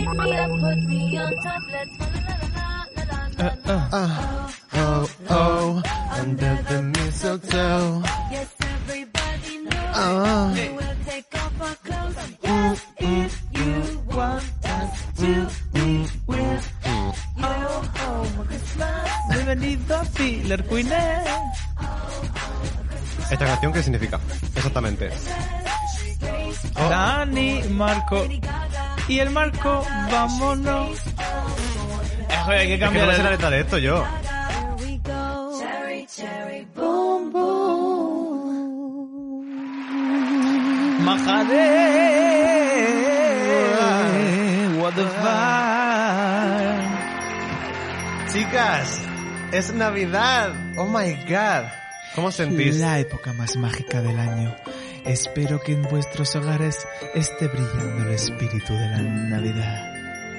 Oh, under the mistletoe. Bienvenido a Filler Queen. ¿Esta canción qué significa? Exactamente. Dani, Marco. Y el Marco, vámonos. Joder, hay que cambiar es que no me sé la letra de esto yo. Majare. What the fuck. Chicas, es Navidad. Oh my god. ¿Cómo sentís? La época más mágica del año. Espero que en vuestros hogares esté brillando el espíritu de la Navidad.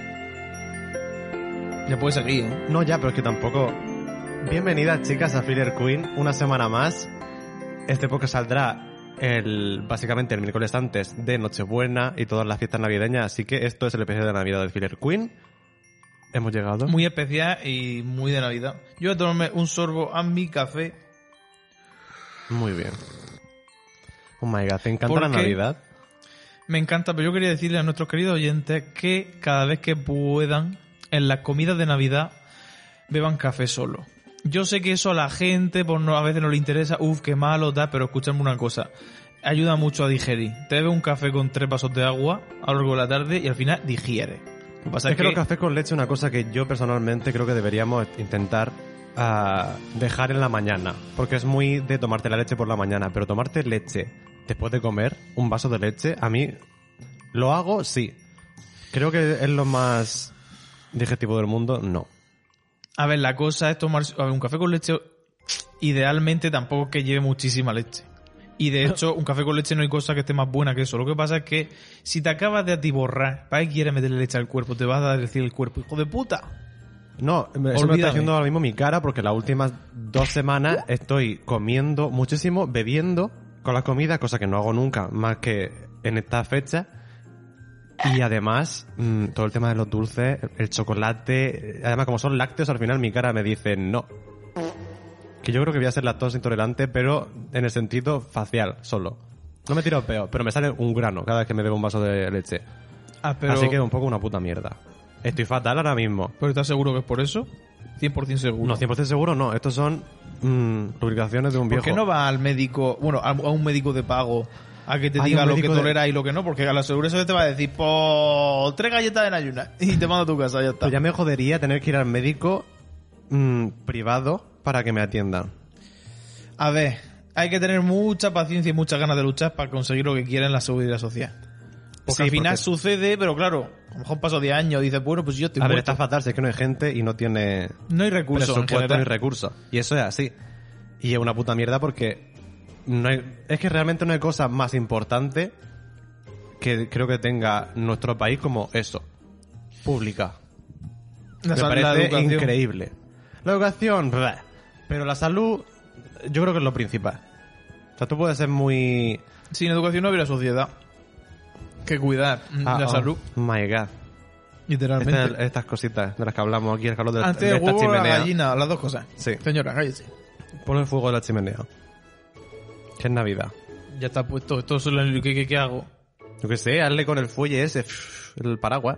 Ya puedes seguir, ¿eh? No, ya, pero es que tampoco... Bienvenidas, chicas, a Filler Queen. Una semana más. Este podcast saldrá básicamente el miércoles antes de Nochebuena y todas las fiestas navideñas. Así que esto es el episodio de Navidad de Filler Queen. Hemos llegado. Muy especial y muy de Navidad. Yo voy a tomarme un sorbo a mi café. Muy bien. Oh my god, ¿te encanta la Navidad? Me encanta, pero yo quería decirle a nuestros queridos oyentes que cada vez que puedan, en las comidas de Navidad, beban café solo. Yo sé que eso a la gente pues a veces no le interesa, qué malo, pero escúchame una cosa. Ayuda mucho a digerir. Te bebes un café con 3 vasos de agua a lo largo de la tarde y al final digiere. Lo que pasa es que los cafés con leche es una cosa que yo personalmente creo que deberíamos intentar dejar en la mañana, porque es muy de tomarte la leche por la mañana, pero tomarte leche después de comer, un vaso de leche, a mí lo hago, sí. Creo que es lo más digestivo del mundo, no. A ver, la cosa es tomar un café con leche, idealmente tampoco es que lleve muchísima leche. Y de hecho, un café con leche no hay cosa que esté más buena que eso. Lo que pasa es que si te acabas de atiborrar, ¿para qué quieres meterle leche al cuerpo? Te vas a decir el cuerpo, hijo de puta. No, eso me está haciendo ahora mismo mi cara porque las últimas 2 semanas estoy comiendo muchísimo, bebiendo con la comida, cosa que no hago nunca más que en esta fecha. Y además, todo el tema de los dulces, el chocolate, además como son lácteos, al final mi cara me dice no. Que yo creo que voy a ser lactosa intolerante, pero en el sentido facial, solo. No me tiro peo, pero me sale un grano cada vez que me bebo un vaso de leche. Pero... Así que un poco una puta mierda. Estoy fatal ahora mismo. ¿Pero estás seguro que es por eso? 100% seguro. No, 100% seguro no. Estos son rubricaciones de un viejo. ¿Por qué no va al médico, a un médico de pago a que te diga lo que tolera y lo que no? Porque a la seguridad te va a decir, 3 galletas en ayunas y te mando a tu casa, ya está. Pues ya me jodería tener que ir al médico privado para que me atiendan. A ver, hay que tener mucha paciencia y muchas ganas de luchar para conseguir lo que quiera en la seguridad social. Porque sí, al final sucede, pero claro, a lo mejor paso 10 años y dices, bueno, pues yo estoy muerto. A ver, está fatal, sé que no hay gente y no tiene... No hay recursos. Presupuesto, no hay recursos. Y eso es así. Y es una puta mierda porque es que realmente no hay cosa más importante que creo que tenga nuestro país como eso. Pública. Me parece increíble. La educación, pero la salud, yo creo que es lo principal. O sea, tú puedes ser muy... Sin educación no habría sociedad. Que cuidar la salud. My God. Literalmente. Estas cositas de las que hablamos aquí, el calor de antes de esta chimenea. La gallina, las dos cosas. Sí. Señora, cállese. Pon el fuego de la chimenea. Que es Navidad. Ya está puesto. Esto es lo que hago. Yo qué sé, hazle con el fuelle ese, el paraguas.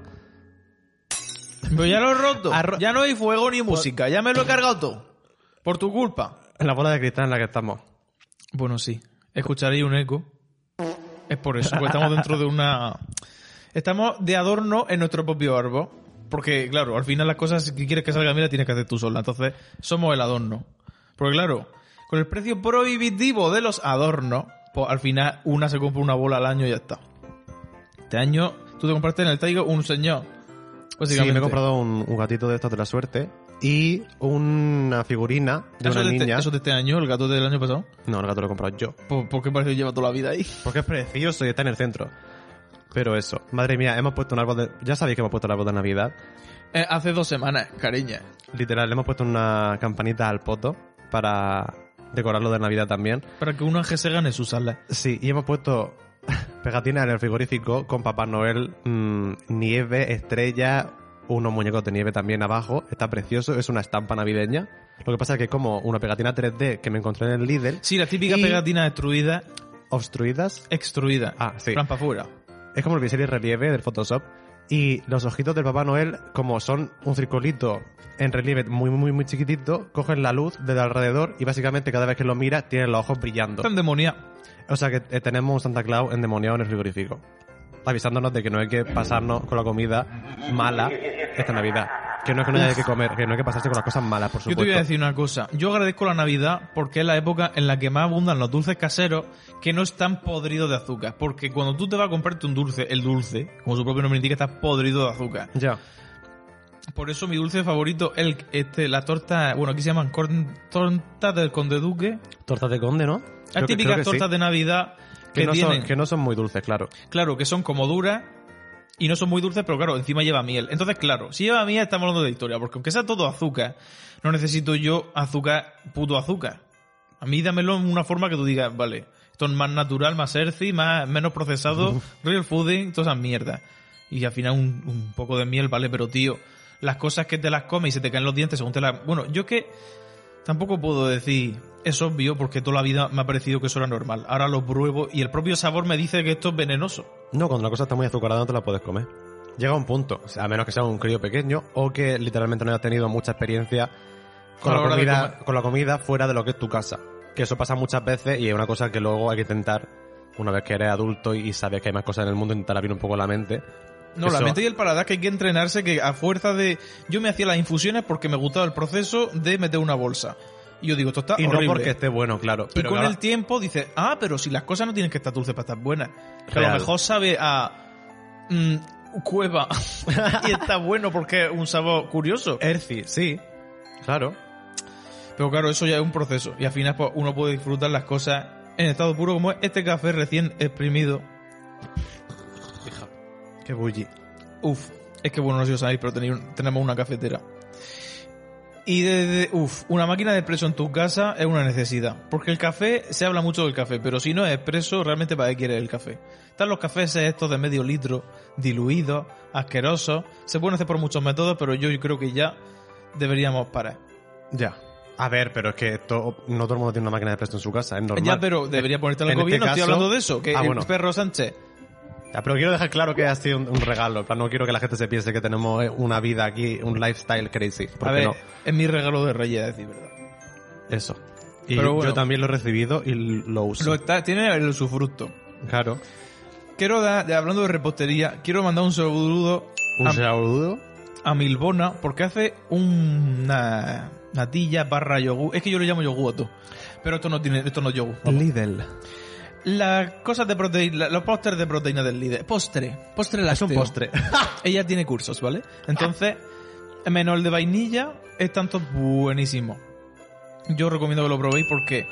Pero ya lo he roto. Ya no hay fuego ni música. Ya me lo he cargado todo. Por tu culpa. En la bola de cristal en la que estamos. Bueno, sí. Escucharéis un eco. Es por eso, porque estamos dentro de una... Estamos de adorno en nuestro propio árbol. Porque, claro, al final las cosas que quieres que salgan bien las tienes que hacer tú sola. Entonces, somos el adorno. Porque, claro, con el precio prohibitivo de los adornos, pues al final una se compra una bola al año y ya está. Este año, tú te compraste en el Taigo un señor. Sí, me he comprado un gatito de estos de la suerte y una figurina de una niña. ¿Eso de este año? ¿El gato del año pasado? No, el gato lo he comprado yo. ¿Por qué parece que lleva toda la vida ahí? Porque es precioso y está en el centro. Pero eso, madre mía, hemos puesto un árbol de... Ya sabéis que hemos puesto el árbol de Navidad. Hace 2 semanas, cariña. Literal, le hemos puesto una campanita al poto para decorarlo de Navidad también. Para que un ángel se gane su sala. Sí, y hemos puesto Pegatinas en el frigorífico con Papá Noel, nieve, estrella, unos muñecos de nieve también abajo. Está precioso, es una estampa navideña. Lo que pasa es que como una pegatina 3D que me encontré en el Lidl... Sí, la típica y- pegatina destruida, ¿Obstruidas? extruida. Ah, sí. Plan para afuera. Es como el pincel y relieve del Photoshop. Y los ojitos del Papá Noel, como son un circulito en relieve muy, muy, muy chiquitito, cogen la luz desde alrededor y básicamente cada vez que lo miras tienen los ojos brillando. Están demoniados. O sea que tenemos un Santa Claus endemoniado en el frigorífico, avisándonos de que no hay que pasarnos con la comida mala esta Navidad. Que no es que no haya que comer, que no hay que pasarse con las cosas malas, por Yo supuesto. te voy a decir una cosa. Yo agradezco la Navidad porque es la época en la que más abundan los dulces caseros que no están podridos de azúcar. Porque cuando tú te vas a comprarte un dulce, el dulce, como su propio nombre indica, está podrido de azúcar. Ya. Por eso mi dulce favorito, la torta, bueno, aquí se llaman tortas del Conde Duque. Tortas de conde, ¿no? Las típicas tortas de Navidad que tienen, que no son muy dulces, claro. claro, que son como duras y no son muy dulces, pero claro, encima lleva miel. Entonces, claro, si lleva miel estamos hablando de historia, porque aunque sea todo azúcar, no necesito yo azúcar, puto azúcar. A mí dámelo en una forma que tú digas, vale, esto es más natural, más healthy, menos procesado, real fooding, todas esas mierdas. Y al final un poco de miel, vale, pero tío, las cosas que te las comes y se te caen los dientes según te las... Bueno, yo es que tampoco puedo decir, es obvio, porque toda la vida me ha parecido que eso era normal. Ahora lo pruebo y el propio sabor me dice que esto es venenoso. No, cuando la cosa está muy azucarada no te la puedes comer. Llega un punto, o sea, a menos que sea un crío pequeño o que literalmente no hayas tenido mucha experiencia con A la hora de con la comida fuera de lo que es tu casa. Que eso pasa muchas veces y es una cosa que luego hay que intentar, una vez que eres adulto y sabes que hay más cosas en el mundo, intentar abrir un poco la mente. No, Eso- la mente y el paladar, que hay que entrenarse, que a fuerza de... Yo me hacía las infusiones porque me gustaba el proceso de meter una bolsa. Y yo digo, esto está Y horrible. no porque esté bueno, claro. Y Pero con claro, el tiempo dices, pero si las cosas no tienen que estar dulces para estar buenas. Que a Real. lo mejor sabe a... cueva. Y está bueno porque es un sabor curioso. Erci, sí. Claro. Pero claro, eso ya es un proceso. Y al final pues, uno puede disfrutar las cosas en estado puro, como es este café recién exprimido. Fija. Qué bully. Uf, es que bueno, no sé si os sabéis, pero tenemos una cafetera. Y una máquina de expreso en tu casa es una necesidad. Porque el café, se habla mucho del café, pero si no es expreso, realmente ¿para qué quieres el café? Están los cafés estos de medio litro, diluidos, asquerosos. Se pueden hacer por muchos métodos, pero yo creo que ya deberíamos parar. Ya. A ver, pero es que no todo el mundo tiene una máquina de expreso en su casa, es normal. Ya, pero debería ponerte al en este gobierno, estoy caso- hablando de eso, que el bueno. perro Sánchez. Ya, pero quiero dejar claro que ha sido un regalo. En plan, no quiero que la gente se piense que tenemos una vida aquí, un lifestyle crazy. A Porque ver, no. es mi regalo de Reyes, a decir verdad. Eso. Y Pero bueno. yo también lo he recibido y lo uso. Tiene el usufructo. Claro. Quiero hablando de repostería, quiero mandar un saludo Un saludo. a Milbona porque hace una natilla barra yogur. Es que yo lo llamo yogur a todo. Pero esto no es yogur. Vamos. Lidl. Las cosas de proteína, los pósteres de proteína del líder. Postre Es lácteo. un postre. Ella tiene cursos, ¿vale? Entonces, menos el de vainilla, están todos buenísimos. Yo recomiendo que lo probéis porque,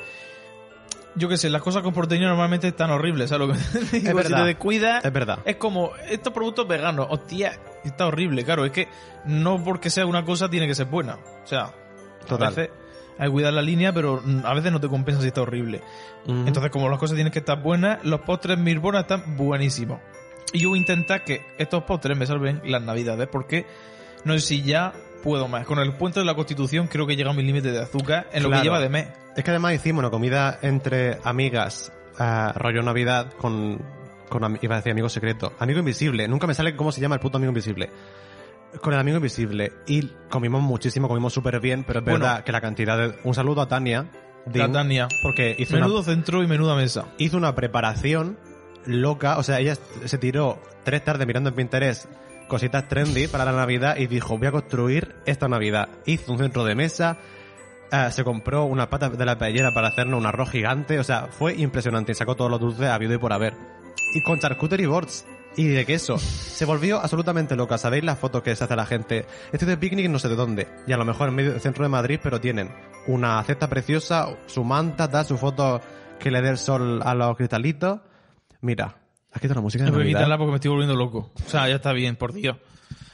yo qué sé, las cosas con proteína normalmente están horribles, ¿sabes lo que te digo? verdad. Si te descuidas, Es verdad. es como estos productos veganos. Hostia, está horrible, claro. Es que no porque sea una cosa tiene que ser buena. O sea, Total. a veces hay que cuidar la línea, pero a veces no te compensa si está horrible. Ujú. Entonces, como las cosas tienen que estar buenas, los postres Milbona están buenísimos. Y yo voy a intentar que estos postres me salven las navidades, porque no sé si ya puedo más. Con el puente de la Constitución creo que he llegado a mi límite de azúcar en lo que Claro. lleva de mes. Es que además hicimos una comida entre amigas, rollo Navidad, iba a decir amigo secreto. Amigo invisible. Nunca me sale cómo se llama el puto amigo invisible. Con el amigo invisible. Y comimos muchísimo, comimos súper bien, pero es Bueno. verdad que la cantidad de... Un saludo a Tania. La Tania. Porque hizo Menudo centro y menuda mesa. hizo una preparación loca. O sea, ella se tiró 3 tardes mirando en Pinterest cositas trendy para la Navidad y dijo, voy a construir esta Navidad. Hizo un centro de mesa, se compró unas patas de la paellera para hacernos un arroz gigante. O sea, fue impresionante. Y sacó todos los dulces habido y por haber. Y con charcuterie boards y de queso. Se volvió absolutamente loca. ¿Sabéis las fotos que se hace la gente? Estoy de picnic no sé de dónde. Y a lo mejor en medio del centro de Madrid, pero tienen una cesta preciosa, su manta, da su foto que le dé el sol a los cristalitos. Mira, aquí está la música de No voy a Navidad. quitarla porque me estoy volviendo loco. O sea, ya está bien, por Dios.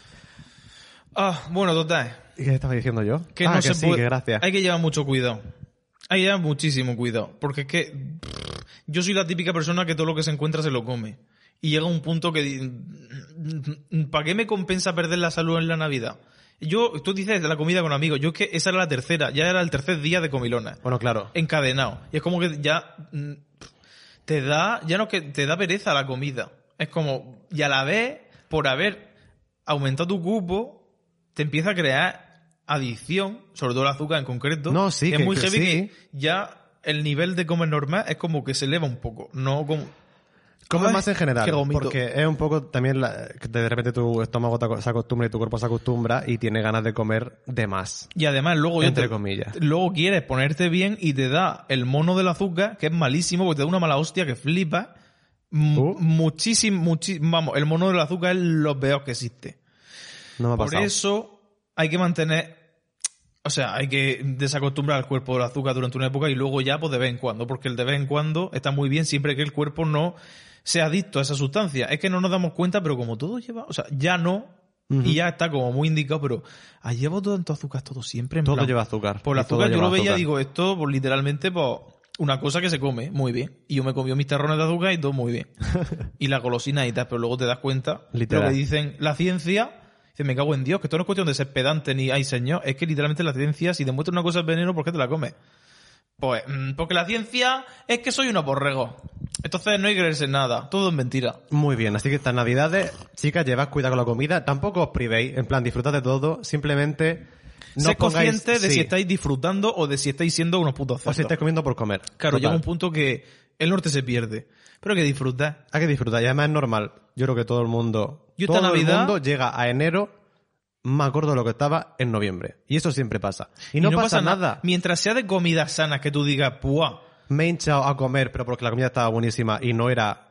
Bueno, total. ¿Y qué estaba diciendo yo? Que Ah, no que se sí, puede. que gracias. Hay que llevar mucho cuidado. Hay que llevar muchísimo cuidado. Porque es que yo soy la típica persona que todo lo que se encuentra se lo come. Y llega un punto que... ¿Para qué me compensa perder la salud en la Navidad? Tú dices de la comida con amigos. Yo es que esa era la tercera. Ya era el tercer día de comilonas. Bueno, claro. Encadenado. Y es como que ya... Te da... Ya no que te da pereza la comida. Es como... Y a la vez, por haber aumentado tu cupo, te empieza a crear adicción. Sobre todo el azúcar en concreto. No, sí, es muy que heavy sí. que ya el nivel de comer normal es como que se eleva un poco. No como... Comes Ay, más en general, qué gomito. porque es un poco también que de repente tu estómago se acostumbra y tu cuerpo se acostumbra y tiene ganas de comer de más. Y además luego Entre comillas. luego quieres ponerte bien y te da el mono del azúcar, que es malísimo, porque te da una mala hostia que flipa. Muchísimo, vamos, el mono del azúcar es lo peor que existe. No me ha Por pasado. eso hay que mantener... O sea, hay que desacostumbrar al cuerpo del azúcar durante una época y luego ya pues de vez en cuando, porque el de vez en cuando está muy bien siempre que el cuerpo no sea adicto a esa sustancia. Es que no nos damos cuenta, pero como todo lleva... O sea, ya no, y ya está como muy indicado, pero llevo tanto azúcar todo siempre. En Todo plan, lleva azúcar. Por el y todo azúcar yo lleva lo veía, azúcar. digo, esto pues literalmente pues una cosa que se come muy bien. Y yo me comí mis terrones de azúcar y todo muy bien. Y la golosina y tal, pero luego te das cuenta Literal. lo que dicen la ciencia... Dice, me cago en Dios, que esto no es cuestión de ser pedante ni ay señor, es que literalmente la ciencia, si demuestra una cosa es veneno, ¿por qué te la comes? Pues, porque la ciencia es que soy un borrego. Entonces no hay que creerse en nada, todo es mentira. Muy bien, así que estas navidades, chicas, llevad cuidado con la comida, tampoco os privéis, en plan, disfrutad de todo, simplemente no Sed pongáis... conscientes de sí, si estáis disfrutando o de si estáis siendo unos putos o si cerdos. estáis comiendo por comer. Claro, Total. llega un punto que el norte se pierde, pero hay que disfrutar. Hay que disfrutar, y además es normal. Yo creo que todo el mundo... Yo esta todo Navidad- el mundo llega a enero más gordo de lo que estaba en noviembre. Y eso siempre pasa. Y no pasa nada. Mientras sea de comida sana que tú digas, ¡puah! Me he hinchado a comer, pero porque la comida estaba buenísima y no era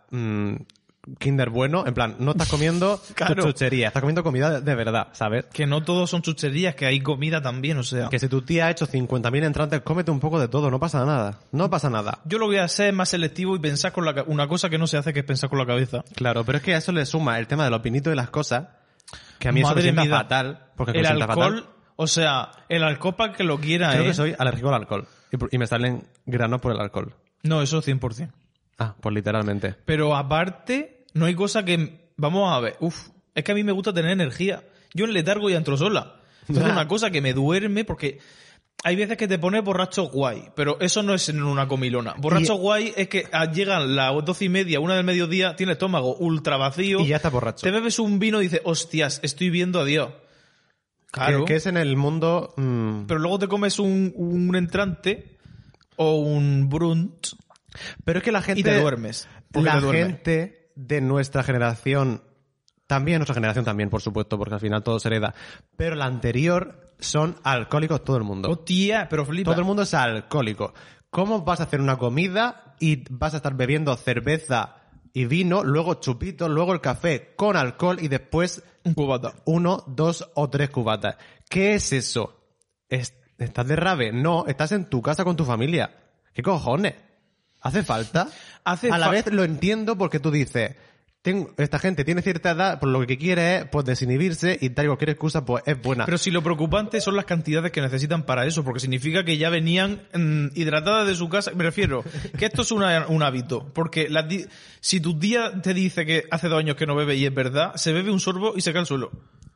Kinder bueno. En plan, no estás comiendo Claro. chuchería, estás comiendo comida de verdad, ¿sabes? Que no todos son chucherías, que hay comida también, o sea... Que si tu tía ha hecho 50.000 entrantes, cómete un poco de todo, no pasa nada. No pasa nada. Yo lo que voy a hacer es más selectivo y pensar con una cosa que no se hace, que es pensar con la cabeza. Claro, pero es que a eso le suma el tema de los pinitos y las cosas, que a mí eso me Madre sienta mía. fatal. Porque me El sienta alcohol, fatal. o sea, el alcohol para el que lo quiera, Creo que soy alérgico al alcohol. Y me salen granos por el alcohol. No, eso 100%. Ah, pues literalmente. Pero aparte, no hay cosa que... Vamos a ver, es que a mí me gusta tener energía. Yo en letargo ya entro sola. Entonces una cosa que me duerme porque... Hay veces que te pones borracho guay, pero eso no es en una comilona. Borracho guay es que llegan las 12:30, 1 del mediodía, tienes el estómago ultra vacío. Y ya estás borracho. Te bebes un vino y dices, hostias, estoy viendo a Dios. Claro. Que es en el mundo... Pero luego te comes un entrante o un brunch Pero es que la gente... y te duermes. Porque La te duermes. gente de nuestra generación, también nuestra generación también, por supuesto, porque al final todo se hereda, pero la anterior son alcohólicos todo el mundo. Hostia, pero flipa. Todo el mundo es alcohólico. ¿Cómo vas a hacer una comida y vas a estar bebiendo cerveza y vino, luego chupitos, luego el café con alcohol y después Un cubata. 1, 2 o 3 cubatas? ¿Qué es eso? ¿Estás de rave? No, estás en tu casa con tu familia. ¿Qué cojones? ¿Hace falta? A la vez lo entiendo porque tú dices, esta gente tiene cierta edad, por lo que quiere es pues desinhibirse y tal y cualquier excusa pues es buena. Pero si lo preocupante son las cantidades que necesitan para eso, porque significa que ya venían hidratadas de su casa. Me refiero que esto es un hábito, porque si tu tía te dice que hace 2 años que no bebe y es verdad, se bebe un sorbo y se cae al suelo.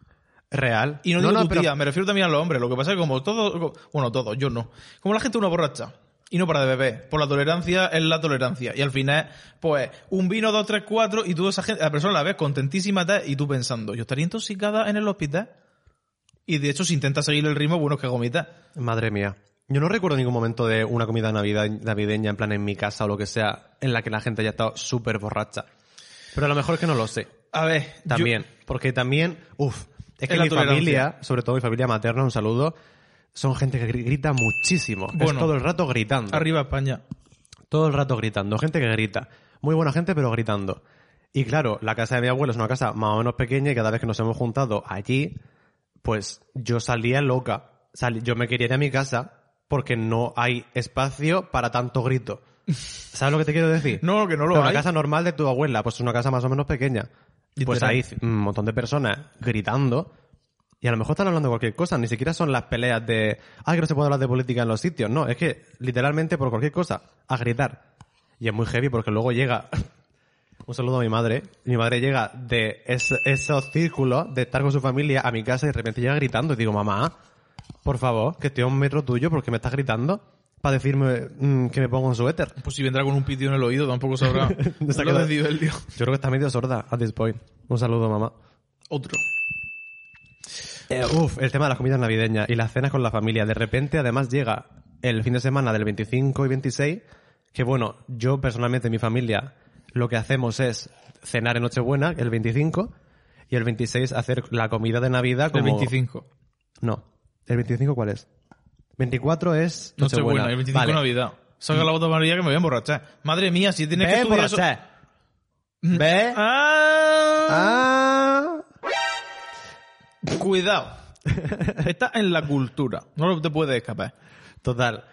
Real. Y no digo tu pero- tía, me refiero también a los hombres. Lo que pasa es que como todos, bueno, todos, yo no. Como la gente es una borracha y no para de beber. Por la tolerancia es la tolerancia. Y al final, pues, un vino, 2, 3, 4 y tú esa gente, la persona la ves contentísima tal, y tú pensando, yo estaría intoxicada en el hospital. Y de hecho, si intentas seguir el ritmo, bueno, es que gomitas. Madre mía. Yo no recuerdo ningún momento de una comida navideña, en plan en mi casa o lo que sea, en la que la gente haya estado súper borracha. Pero a lo mejor es que no lo sé. A ver, También. Porque también, es que Es la mi tolerancia. familia, sobre todo mi familia materna, un saludo, son gente que grita muchísimo. Es Bueno. todo el rato gritando. arriba España. Todo el rato gritando. Gente que grita. Muy buena gente, pero gritando. Y claro, la casa de mi abuelo es una casa más o menos pequeña y cada vez que nos hemos juntado allí, pues yo salía loca. Yo me quería ir a mi casa porque no hay espacio para tanto grito. ¿Sabes lo que te quiero decir? No, que no lo Pero hay. una casa normal de tu abuela, pues es una casa más o menos pequeña. Pues Literal. hay un montón de personas gritando y a lo mejor están hablando de cualquier cosa. Ni siquiera son las peleas de, que no se puede hablar de política en los sitios. No, es que literalmente por cualquier cosa, a gritar. Y es muy heavy porque luego llega... Un saludo a mi madre. Mi madre llega de esos círculos de estar con su familia a mi casa y de repente llega gritando. Y digo, mamá, por favor, que estoy a 1 metro tuyo porque me estás gritando para decirme que me pongo un suéter. Pues si vendrá con un pitido en el oído, tampoco sabrá los decibelios. Yo creo que está medio sorda at this point. Un saludo, mamá. Otro. El tema de las comidas navideñas y las cenas con la familia. De repente, además, llega el fin de semana del 25 y 26, que bueno, yo personalmente en mi familia lo que hacemos es cenar en Nochebuena, el 25, y el 26 hacer la comida de Navidad como... El 25. No. ¿El 25 cuál es? 24 es Nochebuena, el 25 vale. Navidad. Saca la bota amarilla que me voy a emborrachar. Madre mía, si tienes que estudiar eso... ¿Ve? Cuidado. Está en la cultura. No te puedes escapar. Total.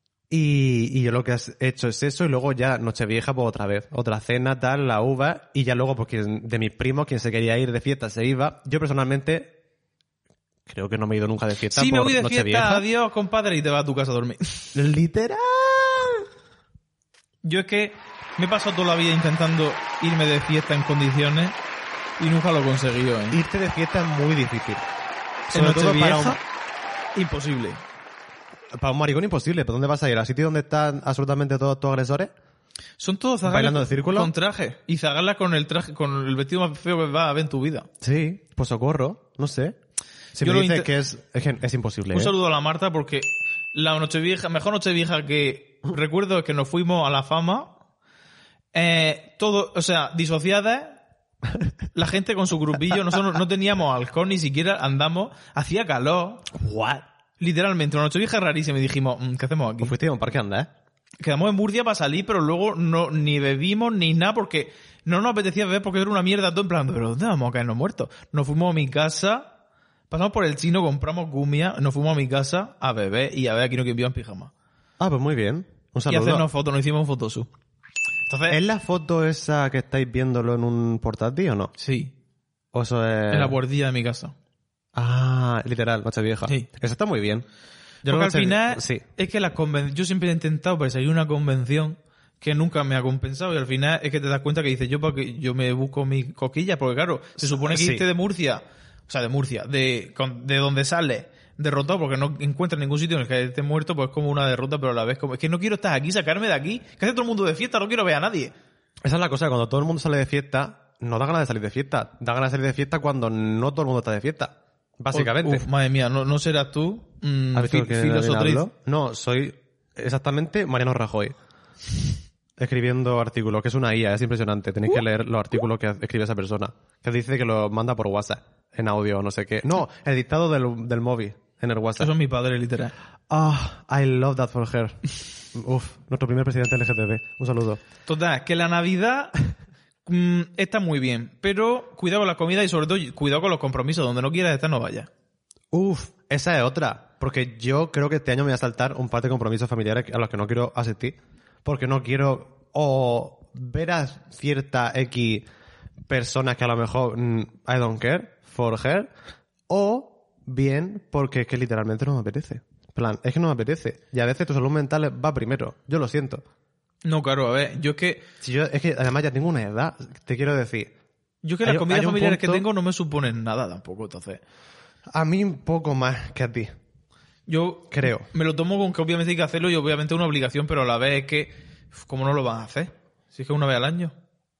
Y yo lo que he hecho es eso, y luego ya Nochevieja, pues otra vez. Otra cena, tal, la uva, y ya luego, porque de mis primos, quien se quería ir de fiesta se iba. Yo personalmente creo que no me he ido nunca de fiesta Sí, por me voy de Nochevieja. fiesta, adiós, compadre, y te vas a tu casa a dormir. Literal. Yo es que me he pasado toda la vida intentando irme de fiesta en condiciones y nunca lo he conseguido, ¿eh? Irte de fiesta es muy difícil. En Sobre todo Nochevieja, imposible. para un maricón imposible. ¿Pero dónde vas a ir? ¿Al sitio donde están absolutamente todos tus agresores? Son todos zagalas ¿Bailando de círculo? con traje. Y zagalas con el traje, con el vestido más feo que vas a ver en tu vida. Sí, pues socorro, no sé. Si Yo me lo dices que es imposible. Un saludo a la Marta porque la mejor Nochevieja que recuerdo es que nos fuimos a la Fama. Todo, o sea, disociadas. La gente con su grupillo. Nosotros no teníamos alcohol, ni siquiera andamos. Hacía calor. What? Literalmente, una Nochevieja rarísima y dijimos, ¿qué hacemos aquí? Pues fuiste a un parque a andar, Quedamos en Murcia para salir, pero luego no ni bebimos ni nada porque no nos apetecía beber porque era una mierda todo en plan, pero ¿dónde vamos a caernos muertos? Nos fuimos a mi casa, pasamos por el chino, compramos gumia, nos fuimos a mi casa a beber y a ver aquí no quien viva en pijama. Ah, pues muy bien. Un Y saludo. hacernos fotos, nos hicimos un photoshoot. Entonces, ¿Es la foto esa que estáis viéndolo en un portátil o no? sí, ¿O eso es...? en la puertilla de mi casa. Ah, literal, Nochevieja. Sí. Eso está muy bien. Yo Porque creo al que final, sí. es que yo siempre he intentado perseguir una convención que nunca me ha compensado y al final es que te das cuenta que dices, yo me busco mis coquillas, porque claro, se supone que Sí. irte de Murcia, de donde sales derrotado porque no encuentras ningún sitio en el que estés muerto, pues es como una derrota, pero a la vez como, es que no quiero estar aquí, sacarme de aquí, que hace todo el mundo de fiesta, no quiero ver a nadie. Esa es la cosa, cuando todo el mundo sale de fiesta, no da ganas de salir de fiesta. Da ganas de salir de fiesta cuando no todo el mundo está de fiesta. Básicamente. Uf, madre mía, no serás tú, ¿Has visto que filosotriz. hablo? No, soy exactamente Mariano Rajoy. Escribiendo artículos, que es una IA, es impresionante. Tenéis que leer los artículos que escribe esa persona. Que dice que los manda por WhatsApp, en audio o no sé qué. No, el dictado del móvil, en el WhatsApp. Eso es mi padre, literal. Ah, I love that for her. Uf, nuestro primer presidente LGTB. Un saludo. Total, que la Navidad está muy bien, pero cuidado con la comida y sobre todo cuidado con los compromisos. Donde no quieras estar, no vayas. Uf, esa es otra. Porque yo creo que este año me voy a saltar un par de compromisos familiares a los que no quiero asistir. Porque no quiero o ver a cierta X personas que a lo mejor I don't care for her, o bien porque es que literalmente no me apetece. En plan, es que no me apetece. Y a veces tu salud mental va primero. Yo lo siento. No, claro, a ver, yo es que Es que además ya tengo una edad, te quiero decir. las comidas familiares que tengo no me suponen nada tampoco, entonces. A mí un poco más que a ti. Yo creo. Me lo tomo con que obviamente hay que hacerlo y obviamente es una obligación, pero a la vez es que, ¿cómo no lo van a hacer? Si es que una vez al año.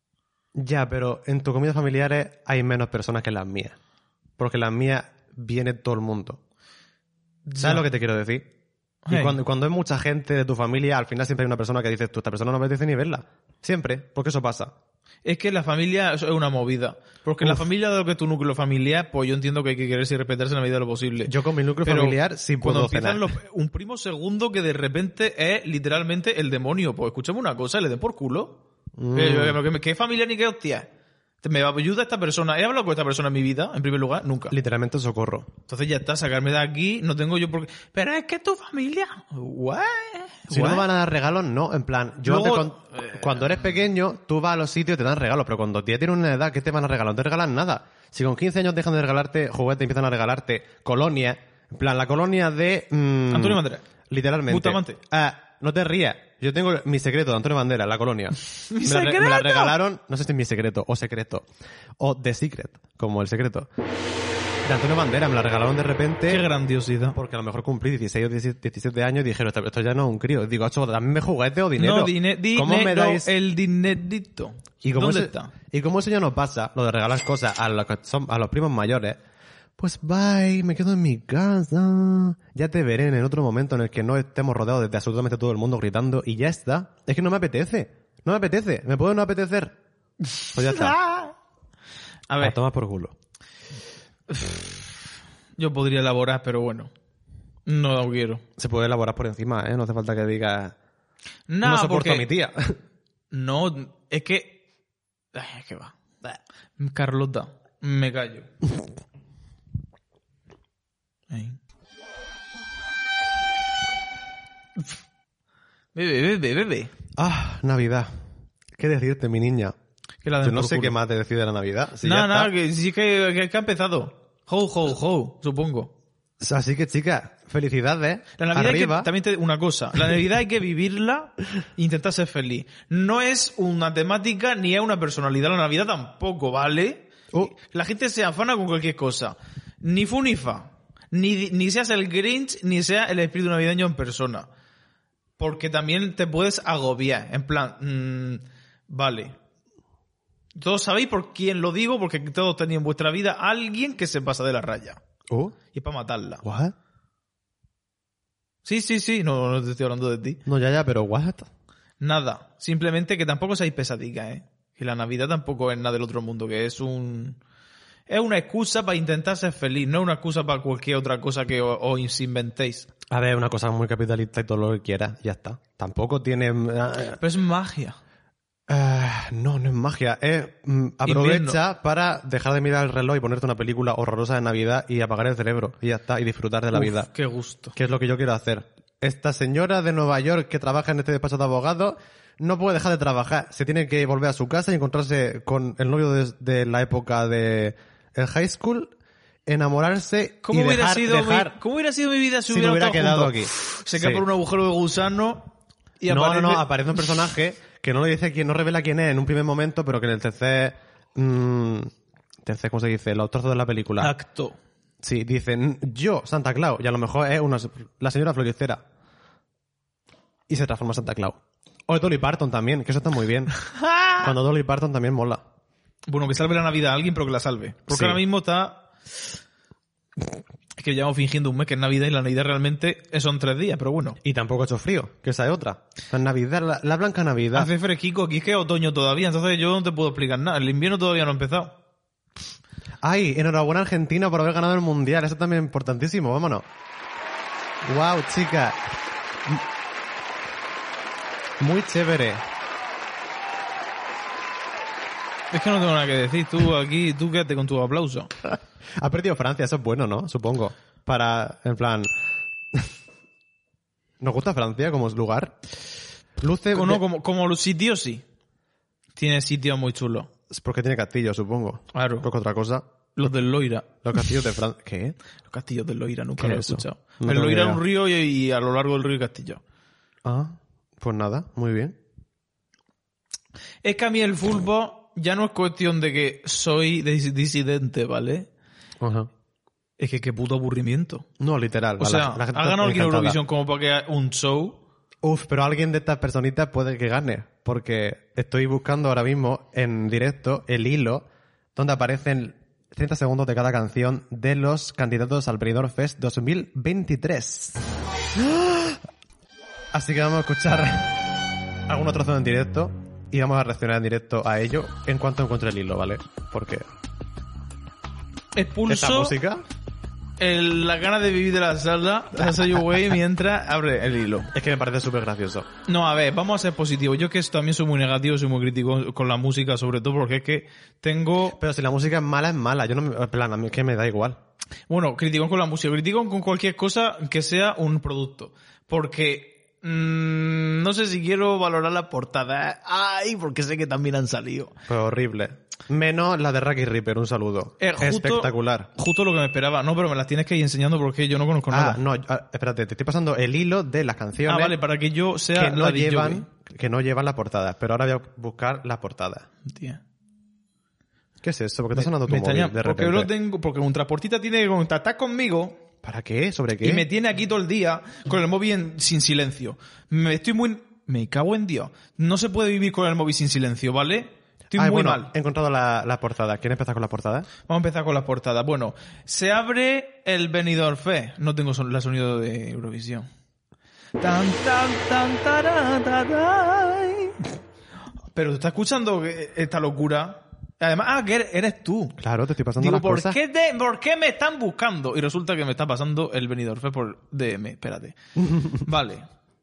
Ya, pero en tus comidas familiares hay menos personas que las mías. Porque las mías viene todo el mundo. ¿Sabes lo que te quiero decir? Hey. Y cuando hay mucha gente de tu familia, al final siempre hay una persona que dices, tú, esta persona no me apetece ni verla. Siempre, porque eso pasa. Es que la familia es una movida. Porque la familia de lo que es tu núcleo familiar, pues yo entiendo que hay que quererse y respetarse en la medida de lo posible. Yo con mi núcleo Pero familiar sí puedo cuando cenar. empiezan un primo segundo que de repente es literalmente el demonio. Pues escúchame una cosa, le den por culo. ¿Qué familia ni qué hostia? ¿Me ayuda esta persona? ¿He hablado con esta persona en mi vida, en primer lugar? Nunca. Literalmente socorro. Entonces ya está, sacarme de aquí, no tengo yo por qué... Pero es que tu familia... ¿What? Si no me van a dar regalos, no. En plan, cuando eres pequeño, tú vas a los sitios y te dan regalos, pero cuando ya tienes una edad, ¿qué te van a regalar? No te regalan nada. Si con 15 años dejan de regalarte juguetes y empiezan a regalarte colonias, en plan, la colonia de... Antonio Banderas. Literalmente. Bustamante. no te rías. Yo tengo mi secreto de Antonio Banderas, la colonia. ¿Mi Me la secreto? regalaron, no sé si es mi secreto, o secreto. O The Secret, como el secreto. De Antonio Banderas, me la regalaron de repente. Qué grandiosidad. Porque a lo mejor cumplí 16 o 17 años y dijeron, esto ya no es un crío. Digo, "Acho, dame juguete o dinero. No, ¿Cómo me dais? el dinerito. Y como ¿Dónde eso, está? Y como eso ya no pasa, lo de regalar cosas a los primos mayores, pues bye, me quedo en mi casa. Ya te veré en otro momento en el que no estemos rodeados de absolutamente todo el mundo gritando y ya está. Es que no me apetece. No me apetece. ¿Me puede no apetecer? Pues ya está. A ver, Toma por culo. yo podría elaborar, pero bueno. No lo quiero. Se puede elaborar por encima, ¿eh? No hace falta que digas... No, No soporto porque... a mi tía. No, es que... Ay, es que va. Carlota, me callo. Ahí. Bebe. Ah, Navidad. ¿Qué decirte, mi niña? Que la den Yo no por sé culo. qué más te decir de la Navidad. Si ya Nada, está. que sí que ha empezado. Ho, supongo. Así que, chicas, felicidades. La Navidad Arriba. hay que, también te una cosa, la Navidad hay que vivirla e intentar ser feliz. No es una temática ni es una personalidad, la Navidad tampoco, ¿vale? La gente se afana con cualquier cosa. Ni fu ni fa. Ni seas el Grinch, ni sea el espíritu navideño en persona. Porque también te puedes agobiar. En plan, vale. Todos sabéis por quién lo digo, porque todos tenéis en vuestra vida a alguien que se pasa de la raya. Y para matarla. ¿What? Sí. No te estoy hablando de ti. No, ya, pero ¿what? Nada. Simplemente que tampoco seáis pesadicas, ¿eh? Que la Navidad tampoco es nada del otro mundo, que es una excusa para intentar ser feliz, no es una excusa para cualquier otra cosa que os inventéis. A ver, una cosa muy capitalista y todo lo que quieras, ya está. Tampoco tiene... Pero es magia. no es magia. Es aprovecha para dejar de mirar el reloj y ponerte una película horrorosa de Navidad y apagar el cerebro. Y ya está, y disfrutar de la vida. Qué gusto. Que es lo que yo quiero hacer. Esta señora de Nueva York que trabaja en este despacho de abogados no puede dejar de trabajar. Se tiene que volver a su casa y encontrarse con el novio de la época de el high school, enamorarse ¿Cómo y hubiera dejar... ¿Cómo hubiera sido mi vida si Si me hubiera estado quedado juntos? aquí. Se cae Sí. por un agujero de gusano y aparece... No, aparece un personaje que no le dice quién, no revela quién es en un primer momento, pero que en el tercer, ¿cómo se dice? Los trozos de la película. Acto. Sí, dicen, yo, Santa Claus, y a lo mejor es la señora floricera. Y se transforma en Santa Claus. O es Dolly Parton también, que eso está muy bien. Cuando Dolly Parton también mola. Bueno, que salve la Navidad a alguien, pero que la salve. Porque Sí. ahora mismo está... Es que llevamos fingiendo un mes que es Navidad y la Navidad realmente son 3 días, pero bueno. Y tampoco ha hecho frío, que esa es otra. La Navidad, la blanca Navidad. Hace fresquico, aquí es que es otoño todavía, entonces yo no te puedo explicar nada. El invierno todavía no ha empezado. Ay, enhorabuena Argentina por haber ganado el Mundial. Eso también es importantísimo, vámonos. Wow, chica. Muy chévere. Es que no tengo nada que decir. Tú quédate con tu aplauso. Ha perdido Francia, eso es bueno, ¿no? Supongo. Para, en plan... ¿Nos gusta Francia como lugar? Luce... Como los sitios, sí. Tiene sitios muy chulos. Es porque tiene castillo, supongo. Claro. Porque otra cosa. Los del Loira. Los castillos de Francia... ¿Qué? Los castillos del Loira, nunca ¿Qué lo he es eso? escuchado. No El tengo Loira ni es un río y a lo largo del río hay castillo. Ah, pues nada, muy bien. Es que a mí el fútbol ya no es cuestión de que soy disidente, ¿vale? Ajá. Es que qué puto aburrimiento. No, literal. O sea, la gente ha ganado alguien encantada. Eurovisión como para que haga un show. Uf, pero alguien de estas personitas puede que gane, porque estoy buscando ahora mismo en directo el hilo donde aparecen 30 segundos de cada canción de los candidatos al Benidorm Fest 2023. Así que vamos a escuchar algunos trozos en directo y vamos a reaccionar en directo a ello en cuanto encuentre el hilo, ¿vale? Porque esta Expulso música las ganas de vivir de la sala, soy güey, mientras abre el hilo. es que me parece súper gracioso. No, a ver, vamos a ser positivos. Yo que también soy muy negativo, soy muy crítico con la música, sobre todo porque es que tengo... Pero si la música es mala. Yo no me... En plan, a mí es que me da igual. Bueno, crítico con la música, crítico con cualquier cosa que sea un producto. Porque no sé si quiero valorar las portadas. Ay, porque sé que también han salido. Pero horrible. Menos la de Raki Reaper, un saludo. Espectacular. Justo lo que me esperaba. No, pero me las tienes que ir enseñando porque yo no conozco nada. No, espérate, te estoy pasando el hilo de las canciones. Vale, para que yo sea que no llevan la portada. Pero ahora voy a buscar la portada. Tía. ¿Qué es eso? ¿Por qué está sonando tu móvil de repente? Porque un transportista tiene que contactar conmigo. ¿Para qué? ¿Sobre qué? Y me tiene aquí todo el día con el móvil sin silencio. Me cago en Dios. No se puede vivir con el móvil sin silencio, ¿vale? Estoy muy mal. He encontrado la portada. ¿Quieres empezar con la portada? Vamos a empezar con la portada. Bueno, se abre el Benidorm Fest. No tengo el sonido de Eurovisión. Tan, tan, tan, tará, tará. Pero ¿tú estás escuchando esta locura? Además, que eres tú. Claro, te estoy pasando las cosas. ¿Por qué me están buscando? Y resulta que me está pasando el Benidorm Fest por DM. Espérate. Vale.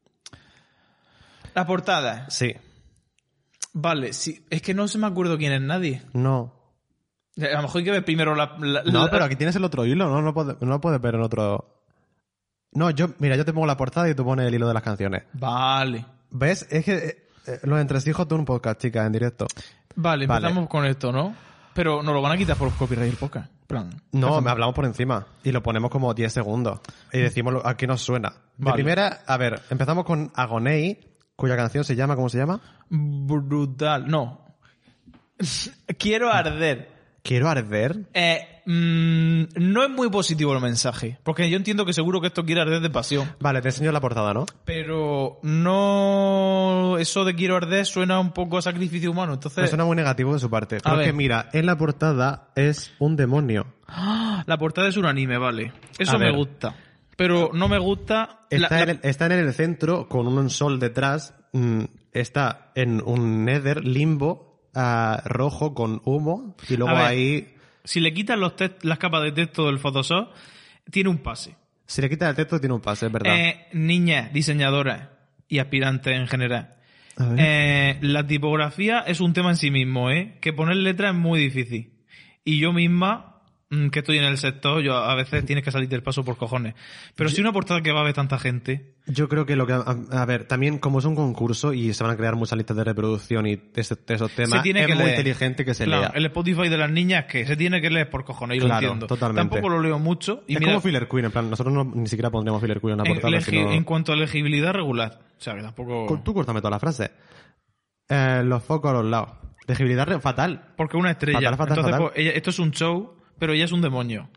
La portada. Sí. Vale, sí. Es que no se me acuerdo quién es nadie. No. A lo mejor hay que ver primero No, pero aquí tienes el otro hilo, ¿no? No puedes ver en otro... No, yo te pongo la portada y tú pones el hilo de las canciones. Vale. ¿Ves? Es que los entresijos de un podcast, chicas, en directo. Vale, empezamos con esto, ¿no? Pero nos lo van a quitar por copyright el podcast. No, me hablamos por encima y lo ponemos como 10 segundos y decimos a qué nos suena. De primera, a ver, empezamos con Agonei, cuya canción se llama, ¿cómo se llama? Brutal, no. Quiero arder. ¿Quiero arder? No es muy positivo el mensaje, porque yo entiendo que seguro que esto quiere arder de pasión. Vale, te enseño la portada, ¿no? Pero no... Eso de quiero arder suena un poco a sacrificio humano, entonces... Me suena muy negativo de su parte. Pero es que mira, en la portada es un demonio. La portada es un anime, vale. Eso me gusta. Pero no me gusta... Está en el centro con un sol detrás. Está en un nether limbo rojo con humo. Y luego ahí... Si le quitas las capas de texto del Photoshop, tiene un pase. Si le quitas el texto, tiene un pase, es verdad. Niñas, diseñadoras y aspirantes en general. La tipografía es un tema en sí mismo, que poner letras es muy difícil. Y yo misma, que estoy en el sector, yo a veces tienes que salir del paso por cojones. Pero si una portada que va a ver tanta gente... Yo creo que a ver, también como es un concurso y se van a crear muchas listas de reproducción y esos temas, es muy inteligente que se lea. El Spotify de las niñas que se tiene que leer por cojones, y lo entiendo. Totalmente. Tampoco lo leo mucho. Y es como Filler Queen, en plan, nosotros ni siquiera pondríamos Filler Queen en la portada. En cuanto a legibilidad regular. O sea, que tampoco... Tú córtame toda la frase. Los focos a los lados. Legibilidad fatal. Porque una estrella. Fatal. Pues, esto es un show, pero ella es un demonio.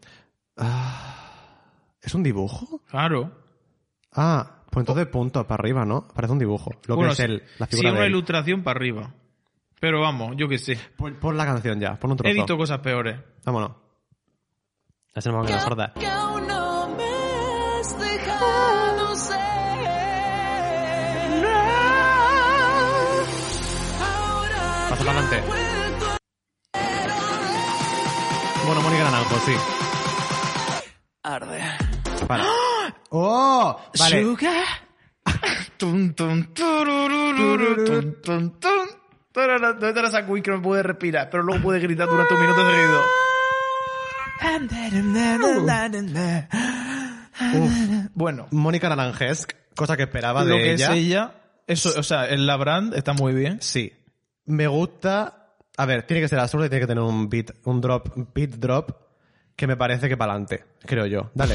¿Es un dibujo? Claro. Pues entonces puntos para arriba, ¿no? Parece un dibujo. Que es la figura una ilustración para arriba. Pero vamos, yo qué sé. Pon la canción ya, pon un trozo. He visto cosas peores. Vámonos. Así nos vamos a quedar sordas. Pasa para adelante. Bueno, Mónica Naranjo, sí. Arde. Vale. ¡Oh! Vale. Sugar. Tum, tum, turururu, tum, tum, tum. ¿Dónde está esa Queen que no puede respirar, pero luego puede gritar durante un minuto seguido? Bueno. Mónica Naranjesc, cosa que esperaba de ella. Lo que es ella, eso, o sea, en la brand está muy bien. Sí. Me gusta... A ver, tiene que ser absurdo y tiene que tener un beat drop, que me parece que para adelante, creo yo. Dale.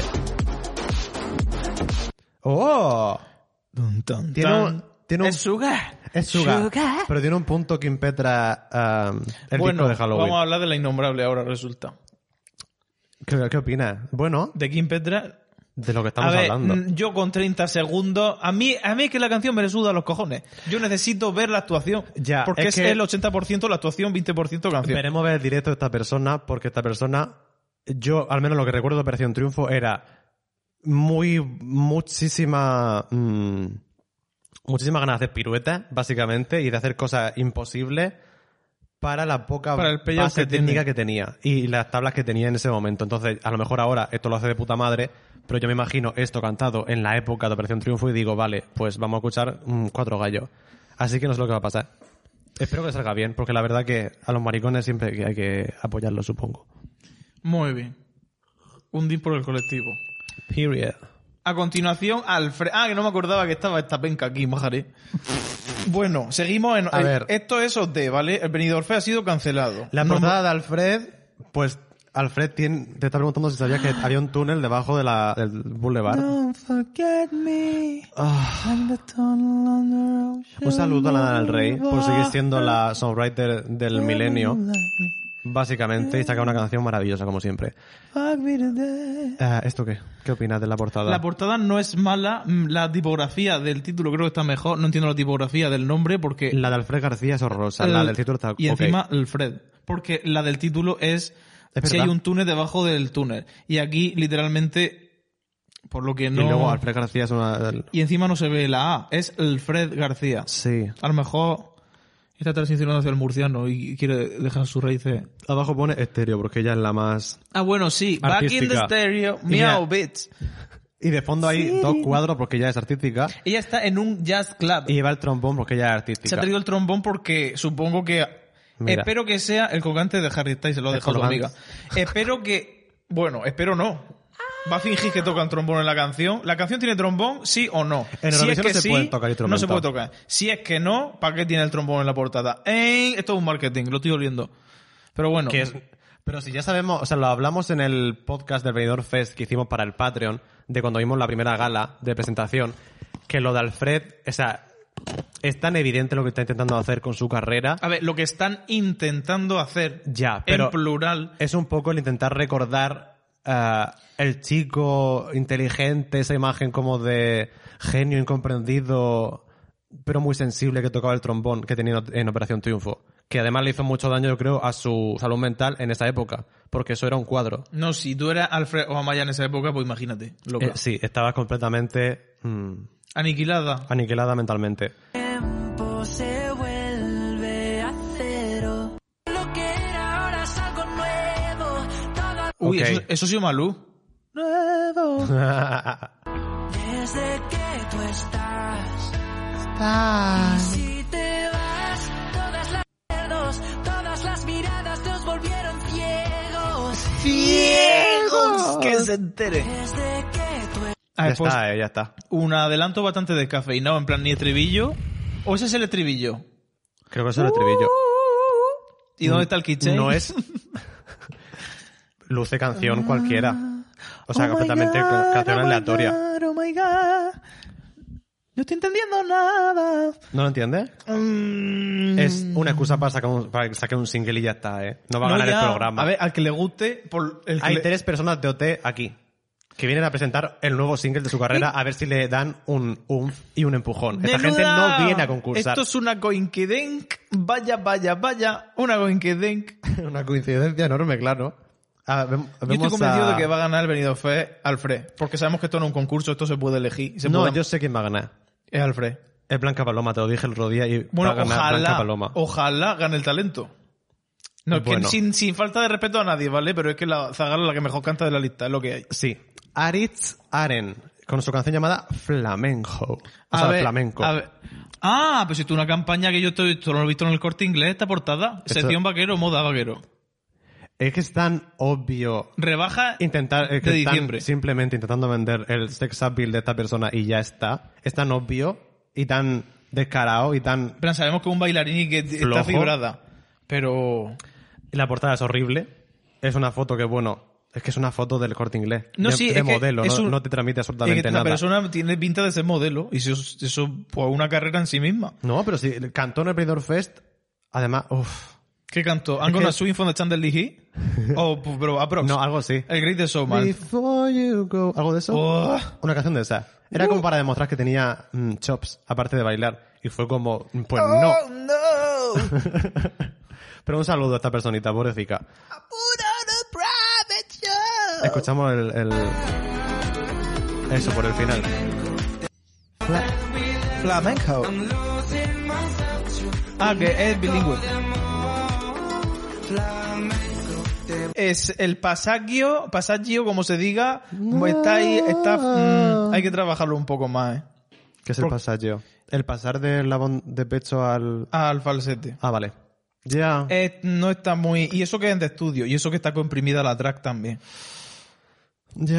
¡Oh! Tiene un... Es Sugar. Es Sugar. Pero tiene un punto que impetra el disco de Halloween. Vamos a hablar de La Innombrable ahora, resulta. ¿Qué opinas? Bueno... ¿De quién Petra? De lo que estamos hablando. Yo con 30 segundos... A mí es que la canción me le suda los cojones. Yo necesito ver la actuación. Ya, porque es el 80% la actuación, 20% canción. Veremos ver el directo de esta persona, porque esta persona... Yo, al menos lo que recuerdo de Operación Triunfo, era muchísima ganas de hacer piruetas, básicamente, y de hacer cosas imposibles para la poca base técnica que tenía y las tablas que tenía en ese momento. Entonces, a lo mejor ahora esto lo hace de puta madre, pero yo me imagino esto cantado en la época de Operación Triunfo y digo, vale, pues vamos a escuchar 4 gallos. Así que no sé lo que va a pasar. Espero que salga bien, porque la verdad que a los maricones siempre hay que apoyarlos, supongo. Muy bien. Un dip por el colectivo. Period. A continuación, Alfred... Ah, que no me acordaba que estaba esta penca aquí, majaré. Bueno, seguimos en... A ver. Esto es OT, ¿vale? El Benidorm Fest ha sido cancelado. La No- portada de Alfred, pues Alfred te está preguntando si sabías que había un túnel debajo del boulevard. Don't forget me. I'm the tunnel under ocean. Un saludo a Lana del Rey por seguir siendo la songwriter del milenio, básicamente, y saca una canción maravillosa como siempre. Fuck me to death. ¿Esto qué? ¿Qué opinas de la portada? La portada no es mala, la tipografía del título creo que está mejor, no entiendo la tipografía del nombre porque... La de Alfred García es horrorosa, la del título está Y ok. encima Alfred, porque la del título es si verdad. hay un túnel debajo del túnel. Y aquí literalmente, por lo que no... Y luego Alfred García es una... Y encima no se ve la A, es Alfred García. Sí. A lo mejor está transicionando hacia el murciano y quiere dejar sus raíces... Abajo pone estéreo, porque ella es la más... Ah, bueno, sí. Back in the Artística. stereo. Y mira- Meow, bitch. Y de fondo hay dos cuadros, porque ella es artística. Ella está en un jazz club. Y lleva el trombón, porque ella es artística. Se ha traído el trombón porque supongo que... Mira. Espero que sea el colgante de Harry Styles, se lo ha El dejado tu colgante. amiga. Espero que... Bueno, espero no. ¿Va a fingir que tocan trombón en la canción? ¿La canción tiene trombón, sí o no? En si es Eurovisión que no se sí, pueden tocar no se instrumentos. puede tocar. Si es que no, ¿para qué tiene el trombón en la portada? Esto es un marketing, lo estoy oliendo. Pero bueno. Que es... Pero si ya sabemos, o sea, lo hablamos en el podcast del Benidorm Fest que hicimos para el Patreon, de cuando vimos la primera gala de presentación, que lo de Alfred, o sea, es tan evidente lo que está intentando hacer con su carrera. A ver, lo que están intentando hacer Ya, pero en plural... es un poco el intentar recordar el chico inteligente, esa imagen como de genio incomprendido, pero muy sensible que tocaba el trombón que tenía en Operación Triunfo. Que además le hizo mucho daño, yo creo, a su salud mental en esa época, porque eso era un cuadro. No, si tú eras Alfred Obama en esa época, pues imagínate. Loca. Sí, estaba completamente Aniquilada. aniquilada mentalmente. Tiempo se vuelve a cero. Lo que era ahora es algo nuevo. Todo Uy, Ok. eso ha sido Malú. Nuevo. desde que tú estás. Si te vas, todas las recuerdos, todas las miradas nos volvieron ciegos. ¡Ciegos! Que se entere. Desde que tú A ver, Ya pues, está, ya está. un adelanto bastante descafeinado, en plan ni estribillo. ¿O ese es el estribillo? Creo que eso es el estribillo. ¿Y dónde está el keychain? No es... Luce canción cualquiera. O sea, Oh my completamente God, canción oh my aleatoria. God, oh my God. No estoy entendiendo nada. ¿No lo entiendes? Es una excusa para que saque un single y ya está, ¿eh? No va a No, ganar ya. el programa. A ver, al que le guste... Por el que Hay le- 3 personas de OT aquí que vienen a presentar el nuevo single de su carrera a ver si le dan un umf y un empujón. Esta gente ¡Menuda! no viene a concursar. Esto es una coinquidenc. Vaya, vaya, vaya. Una coinquidenc. Una coincidencia enorme, claro. Yo estoy convencido de que va a ganar el Benidorm Fest Alfred. Porque sabemos que esto no es un concurso, esto se puede elegir. No, yo sé quién va a ganar. Es Alfred. Es Blanca Paloma, te lo dije el otro día y Bueno, va a ganar Blanca ojalá, Paloma. ojalá gane el talento. No, es que Bueno. sin falta de respeto a nadie, ¿vale? Pero es que la Zagala es la que mejor canta de la lista, es lo que hay. Sí. Aritz Aren, con su canción llamada Flamenco. O sea, flamenco. A ver. Ah, pues esto es una campaña que yo esto lo he visto en el Corte Inglés, esta portada. Esto- Sección vaquero, moda vaquero. Es que es tan obvio Rebaja intentar de que están diciembre. simplemente intentando vender el sex appeal de esta persona y ya está. Es tan obvio y tan descarado y tan... En plan, sabemos que es un bailarín y que está Flojo. fibrada. Pero... Y la portada es horrible. Es una foto que, bueno, es que es una foto del Corte Inglés. No, de, sí, de es que modelo, es no, un- no te transmite es absolutamente que la nada. persona tiene pinta de ser modelo. Y eso pues una carrera en sí misma. No, pero si cantó en el Benidorm Fest, además, uff. ¿Qué cantó? Es ¿I'm gonna que- swing from the chandelier? Oh, pero aprox. No, algo así. El Greatest Showman. Before you go. ¿Algo de eso? Oh. Una canción de esa. Era como para demostrar que tenía chops, aparte de bailar. Y fue como, pues no. Oh, no. Pero un saludo a esta personita, pobrecita. Escuchamos eso por el final. Flamenco. Ah, que es bilingüe. Es el pasagio, como se diga, está ahí, hay que trabajarlo un poco más, ¿Qué es el pasaje? El pasar del labón de pecho al... al falsete. Ah, vale. Ya. No está muy... Y eso que es de estudio, y eso que está comprimida la track también. Ya.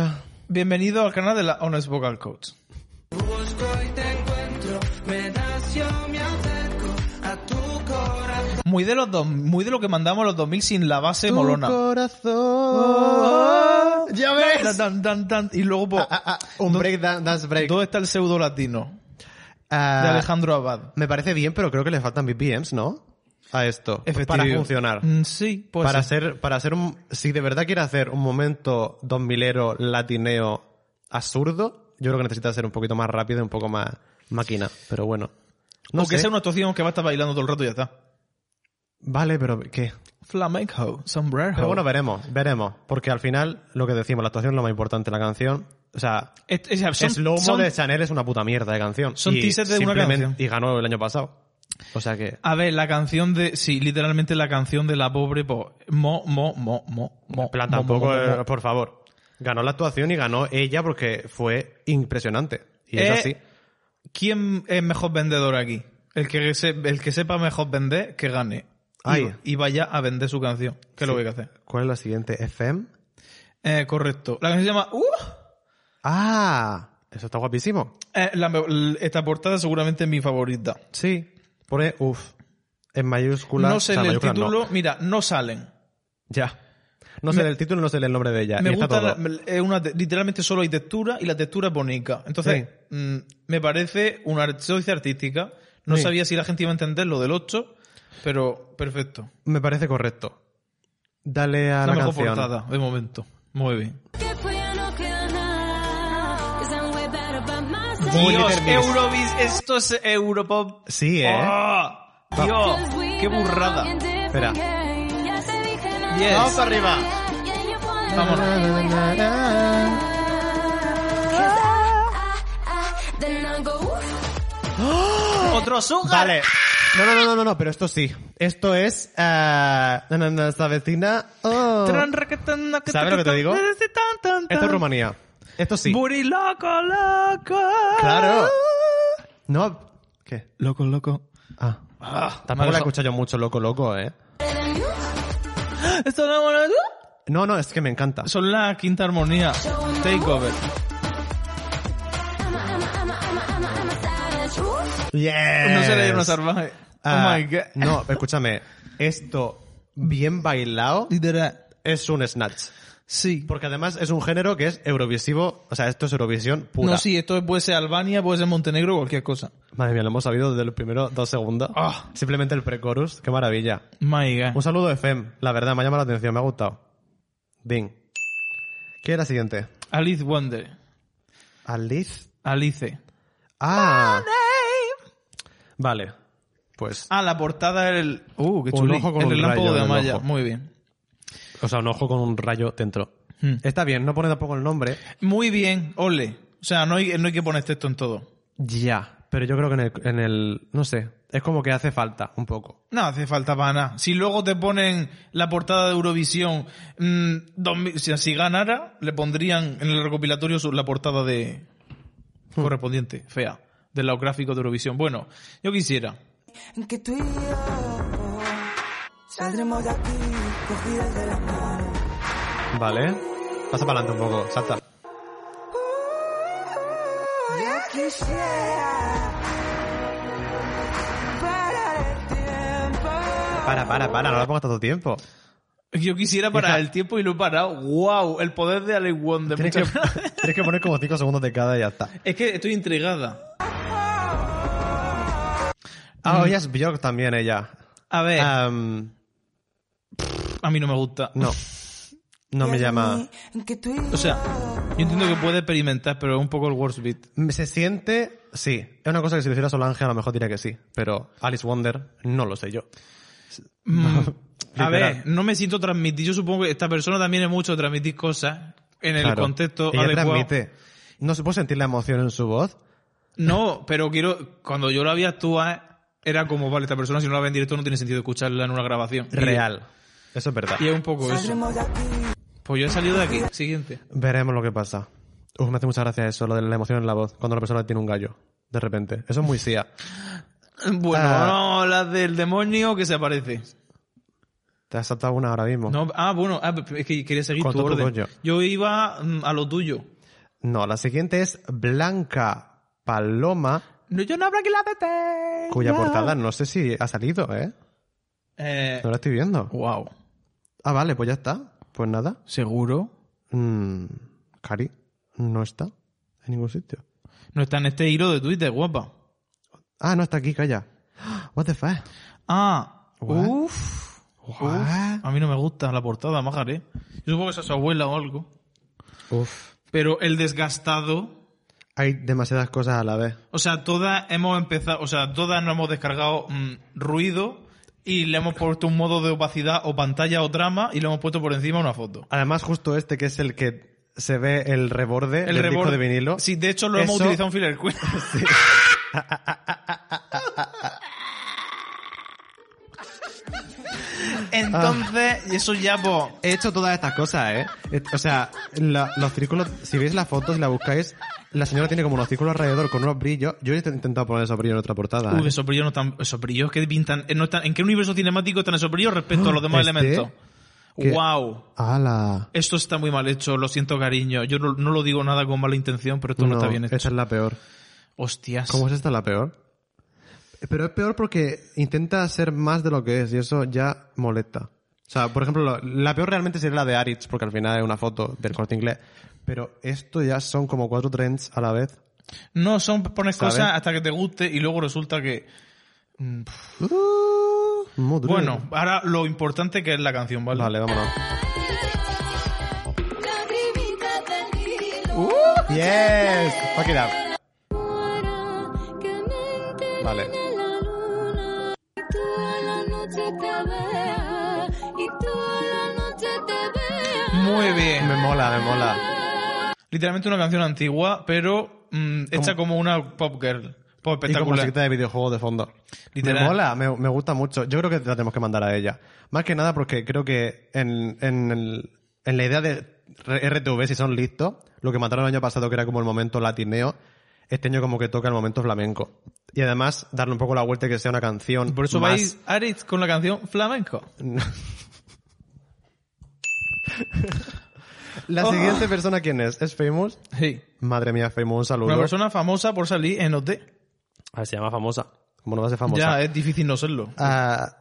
Bienvenido al canal de la Honest Vocal Coach. Busco y te encuentro, me das, yo me acerco a tu corazón. Muy de lo que mandamos los 2000 sin la base molona. Corazón. Ya ves. Tan. Y luego, pues, Un break, dance break. ¿dónde está el pseudo latino? De Alejandro Abad. Me parece bien, pero creo que le faltan BPMs, ¿no? A esto. Efectivo. Para funcionar. Sí, pues Para sí. ser un... Si de verdad quiere hacer un momento 2000ero latineo absurdo, yo creo que necesita ser un poquito más rápido y un poco más máquina. Pero bueno. No o que sé. sea una actuación que va a estar bailando todo el rato y ya está. Vale, pero ¿qué? Flamenco, sombrero. Pero bueno, veremos. Porque al final, lo que decimos, la actuación es lo más importante de la canción. O sea, Slow-Mo de Chanel es una puta mierda de canción. son teasers de una simplemente- canción. Y ganó el año pasado. O sea que... A ver, la canción de... Sí, literalmente la canción de la pobre... Pues, En plan, tampoco, por favor. Ganó la actuación y ganó ella porque fue impresionante. Y es así. ¿Quién es mejor vendedor aquí? El que sepa mejor vender, que gane. Ay. Y vaya a vender su canción. Que es lo que hay que hacer. ¿Cuál es la siguiente? ¿FM? Correcto. La canción se llama... ¡Ah! Eso está guapísimo. Esta portada seguramente es mi favorita. Sí. Pone en mayúscula. No sé o sea, el mayúscula título. no. Mira, no salen. Ya. No sé el título, no sé el nombre de ella. Me y está gusta, todo. literalmente solo hay textura y la textura es bonita. Entonces, me parece una choice artística. No Sí. sabía si la gente iba a entender lo del 8, pero perfecto. Me parece correcto. Dale a La la mejor canción. portada, de momento. Muy bien. Que fue ya no queda nada, 'cause I'm way better by myself. Muy Dios, Little Mix. Eurovis, esto es Europop. Sí, ¡Ah! Dios, qué burrada. Espera. Ya te dije nada. Yes. Vamos arriba. Vámonos. Then I go, Otro sugar. Vale. No, pero esto sí. Esto es... esta vecina... Oh. ¿Sabes lo que te digo? Esto es Rumanía. Esto sí. Buri loco, loco. Claro. No... ¿Qué? Loco. Ah. Ah, Tampoco la he escuchado yo mucho, loco, ¿eh? ¿Esto no es No, es que me encanta. Son la quinta armonía. Takeover. Yes. No se le dio una salvaje. Oh my god. No, escúchame. Esto, bien bailado, Literal. es un snatch. Sí. Porque además es un género que es eurovisivo. O sea, esto es Eurovisión pura. No, sí, esto puede ser Albania, puede ser Montenegro, cualquier cosa. Madre mía, lo hemos sabido desde los primeros 2 segundos. Ah. Simplemente el pre-chorus. Qué maravilla. My god. Un saludo de Fem. La verdad, me ha llamado la atención. Me ha gustado. Ding. ¿Qué es la siguiente? Alice Wonder. Alice. Alice. Ah. Vale. Pues... Ah, la portada era el... qué Un chuli. ojo con El un relámpago rayo de en el Amaya. ojo. Muy bien. O sea, un ojo con un rayo dentro. Está bien, no pone tampoco el nombre. Muy bien, ole. O sea, no hay que poner texto en todo. Ya. Pero yo creo que en el... No sé. Es como que hace falta un poco. No hace falta para nada. Si luego te ponen la portada de Eurovisión, si ganara, le pondrían en el recopilatorio la portada de correspondiente, fea, del lado gráfico de Eurovisión. Bueno, yo quisiera. En que tú y yo saldremos de aquí cogidas de la mano. Vale. Pasa para adelante un poco. Salta. Ya quisiera parar el tiempo. Para. No le pongas tanto tiempo. Yo quisiera parar Hija. el tiempo y lo he parado. ¡Wow! El poder de Alex Wonder. Tienes que poner como 5 segundos de cada y ya está. Es que estoy intrigada. Ella es Björk también, ella. A ver, Ah. a mí no me gusta. No me llama... En que tú y O sea, yo entiendo que puede experimentar, pero es un poco el worst beat. Se siente... Sí. Es una cosa que si lo hiciera Solange a lo mejor diría que sí. Pero Alice Wonder no lo sé yo. A ver, Literal. no me siento transmitir. Yo supongo que esta persona también es mucho de transmitir cosas en el Claro. contexto Ella adecuado. transmite. ¿No se puede sentir la emoción en su voz? No, pero cuando yo la vi actuar, era como, vale, esta persona si no la ve en directo no tiene sentido escucharla en una grabación. Real. Eso es verdad. Y es un poco eso. saldremos de aquí. Pues yo he salido de aquí. Siguiente. Veremos lo que pasa. Me hace mucha gracia eso, lo de la emoción en la voz, cuando una persona tiene un gallo, de repente. Eso es muy Sia. Bueno, Ah. no, la del demonio que se aparece. Te has saltado una ahora mismo. No, bueno, es que quería seguir Con tu todo tu orden. coño. Yo iba a lo tuyo. No, la siguiente es Blanca Paloma, No, yo no hablo que la detengo. cuya portada no sé si ha salido, ¿eh? No la estoy viendo. Wow. Ah, vale, pues ya está. Pues nada. ¿Seguro? Cari, no está en ningún sitio. No está en este hilo de Twitter, guapa. Ah, no está aquí, calla. What the fuck? Ah. What? Uf. What? A mí no me gusta la portada, majaré. Yo supongo que esa es su abuela o algo. Uf. Pero el desgastado... Hay demasiadas cosas a la vez. O sea, todas hemos empezado... O sea, todas nos hemos descargado ruido y le hemos puesto un modo de opacidad o pantalla o trama y le hemos puesto por encima una foto. Además, justo este que es el que se ve el reborde del disco de vinilo. Sí, de hecho lo hemos Eso- utilizado en Filler Queen. Entonces, eso ya, pues... He hecho todas estas cosas, ¿eh? O sea, los círculos, si veis las fotos y la buscáis, la señora tiene como unos círculos alrededor con unos brillos. Yo he intentado poner esos brillos en otra portada. ¿eh? Esos brillos no están... Esos brillos que pintan... No están, ¿en qué universo cinemático están esos brillos respecto a los demás elementos? ¿Qué? ¡Wow! ¡Hala! Esto está muy mal hecho, lo siento, cariño. Yo no lo digo nada con mala intención, pero esto no está bien hecho. Esa es la peor. Hostias. ¿Cómo es esta la peor? Pero es peor porque intenta ser más de lo que es y eso ya molesta. O sea, por ejemplo, la peor realmente sería la de Aritz, porque al final es una foto del Corte Inglés. Pero esto ya son como 4 trends a la vez. No, son pones ¿Sabes? cosas hasta que te guste y luego resulta que... Muy duro. Bueno, ahora lo importante que es la canción, ¿vale? Vale, vámonos. Lagrimita del hilo. ¡Yes! Fuck it up. Ahora que me enteré Vale. en la luna y toda la noche te vea y toda la noche te vea. Muy bien. Me mola. Literalmente una canción antigua, pero hecha como una pop girl. Pop Y como espectacular. musiquita de videojuego de fondo. Literal. Me mola, me gusta mucho. Yo creo que la tenemos que mandar a ella. Más que nada porque creo que en la idea de RTV, si son listos, lo que mataron el año pasado, que era como el momento latineo, este año como que toca el momento flamenco. Y además, darle un poco la vuelta y que sea una canción Por eso más... vais Aritz con la canción Flamenco. La siguiente persona, ¿quién es? ¿Es Famous? Sí. Madre mía, Famous, un saludo. Una persona famosa por salir en OT. A ver, se llama famosa. ¿Cómo no va a ser famosa? Ya, es difícil no serlo. Ah,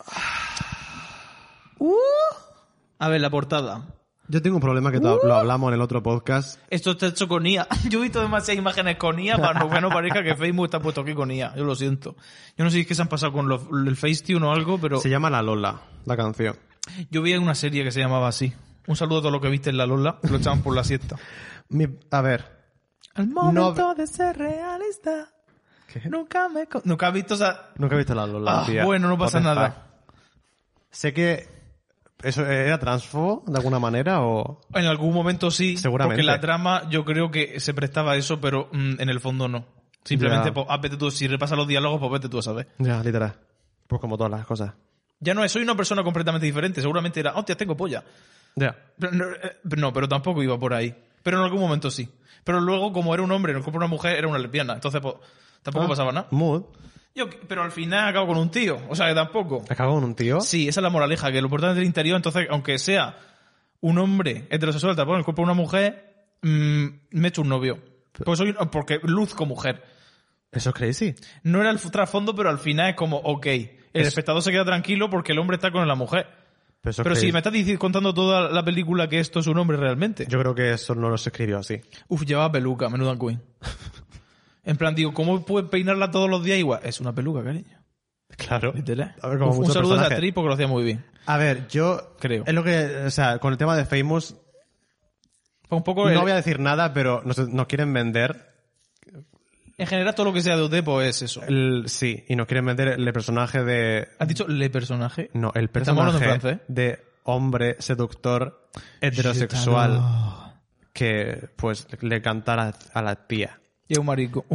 A ver, la portada. yo tengo un problema que lo hablamos en el otro podcast. Esto está hecho con IA. Yo he visto demasiadas imágenes con IA para que no parezca que Facebook está puesto aquí con IA. Yo lo siento. Yo no sé si es que se han pasado con el Facetune o algo, pero Se llama La Lola, la canción. yo vi en una serie que se llamaba así. Un saludo a todo lo que viste en La Lola, que lo echaban por la siesta. A ver, El momento de ser realista. ¿Qué? Nunca has visto esa... Nunca he visto La Lola, Ah, tía. bueno, no pasa What the nada. fuck. Sé que eso era transfobo de alguna manera o... En algún momento sí, Seguramente. porque la trama yo creo que se prestaba a eso, pero en el fondo no. Simplemente, Ya. pues, vete tú, si repasas los diálogos, pues vete tú a saber. Ya, literal. Pues como todas las cosas. Ya no es, soy una persona completamente diferente. Seguramente era, hostia, tengo polla. Ya. Pero tampoco iba por ahí. Pero en algún momento sí. Pero luego, como era un hombre en el cuerpo de una mujer, era una lesbiana. Entonces, pues, tampoco pasaba nada. Mood. Pero al final acabo con un tío. O sea, que tampoco. ¿Te cago en un tío? Sí, esa es la moraleja, que lo importante es el interior. Entonces, aunque sea un hombre heterosexual, te pone el cuerpo de una mujer, me echo un novio. Porque luzco mujer. Eso es crazy. No era el trasfondo, pero al final es como, ok. El espectador se queda tranquilo porque el hombre está con la mujer. Pero, eso es Pero si crazy. me estás contando toda la película que esto es un hombre realmente. Yo creo que eso no lo se escribió así. Uf, llevaba peluca, menuda queen. En plan, digo, ¿cómo puedes peinarla todos los días igual? Es una peluca, cariño. Claro. Literal. A ver, como Un muchos saludo a esa personajes. actriz porque lo hacía muy bien. A ver, yo... Creo. Es lo que... O sea, con el tema de Famous... Fue un poco No voy a decir nada, pero nos quieren vender... En general, todo lo que sea de OT, pues es eso. Sí, y nos quieren vender el personaje de... ¿Has dicho le personaje? No, el Estamos hablando en personaje francés. de hombre seductor heterosexual que pues le canta a la tía. Y es un marico.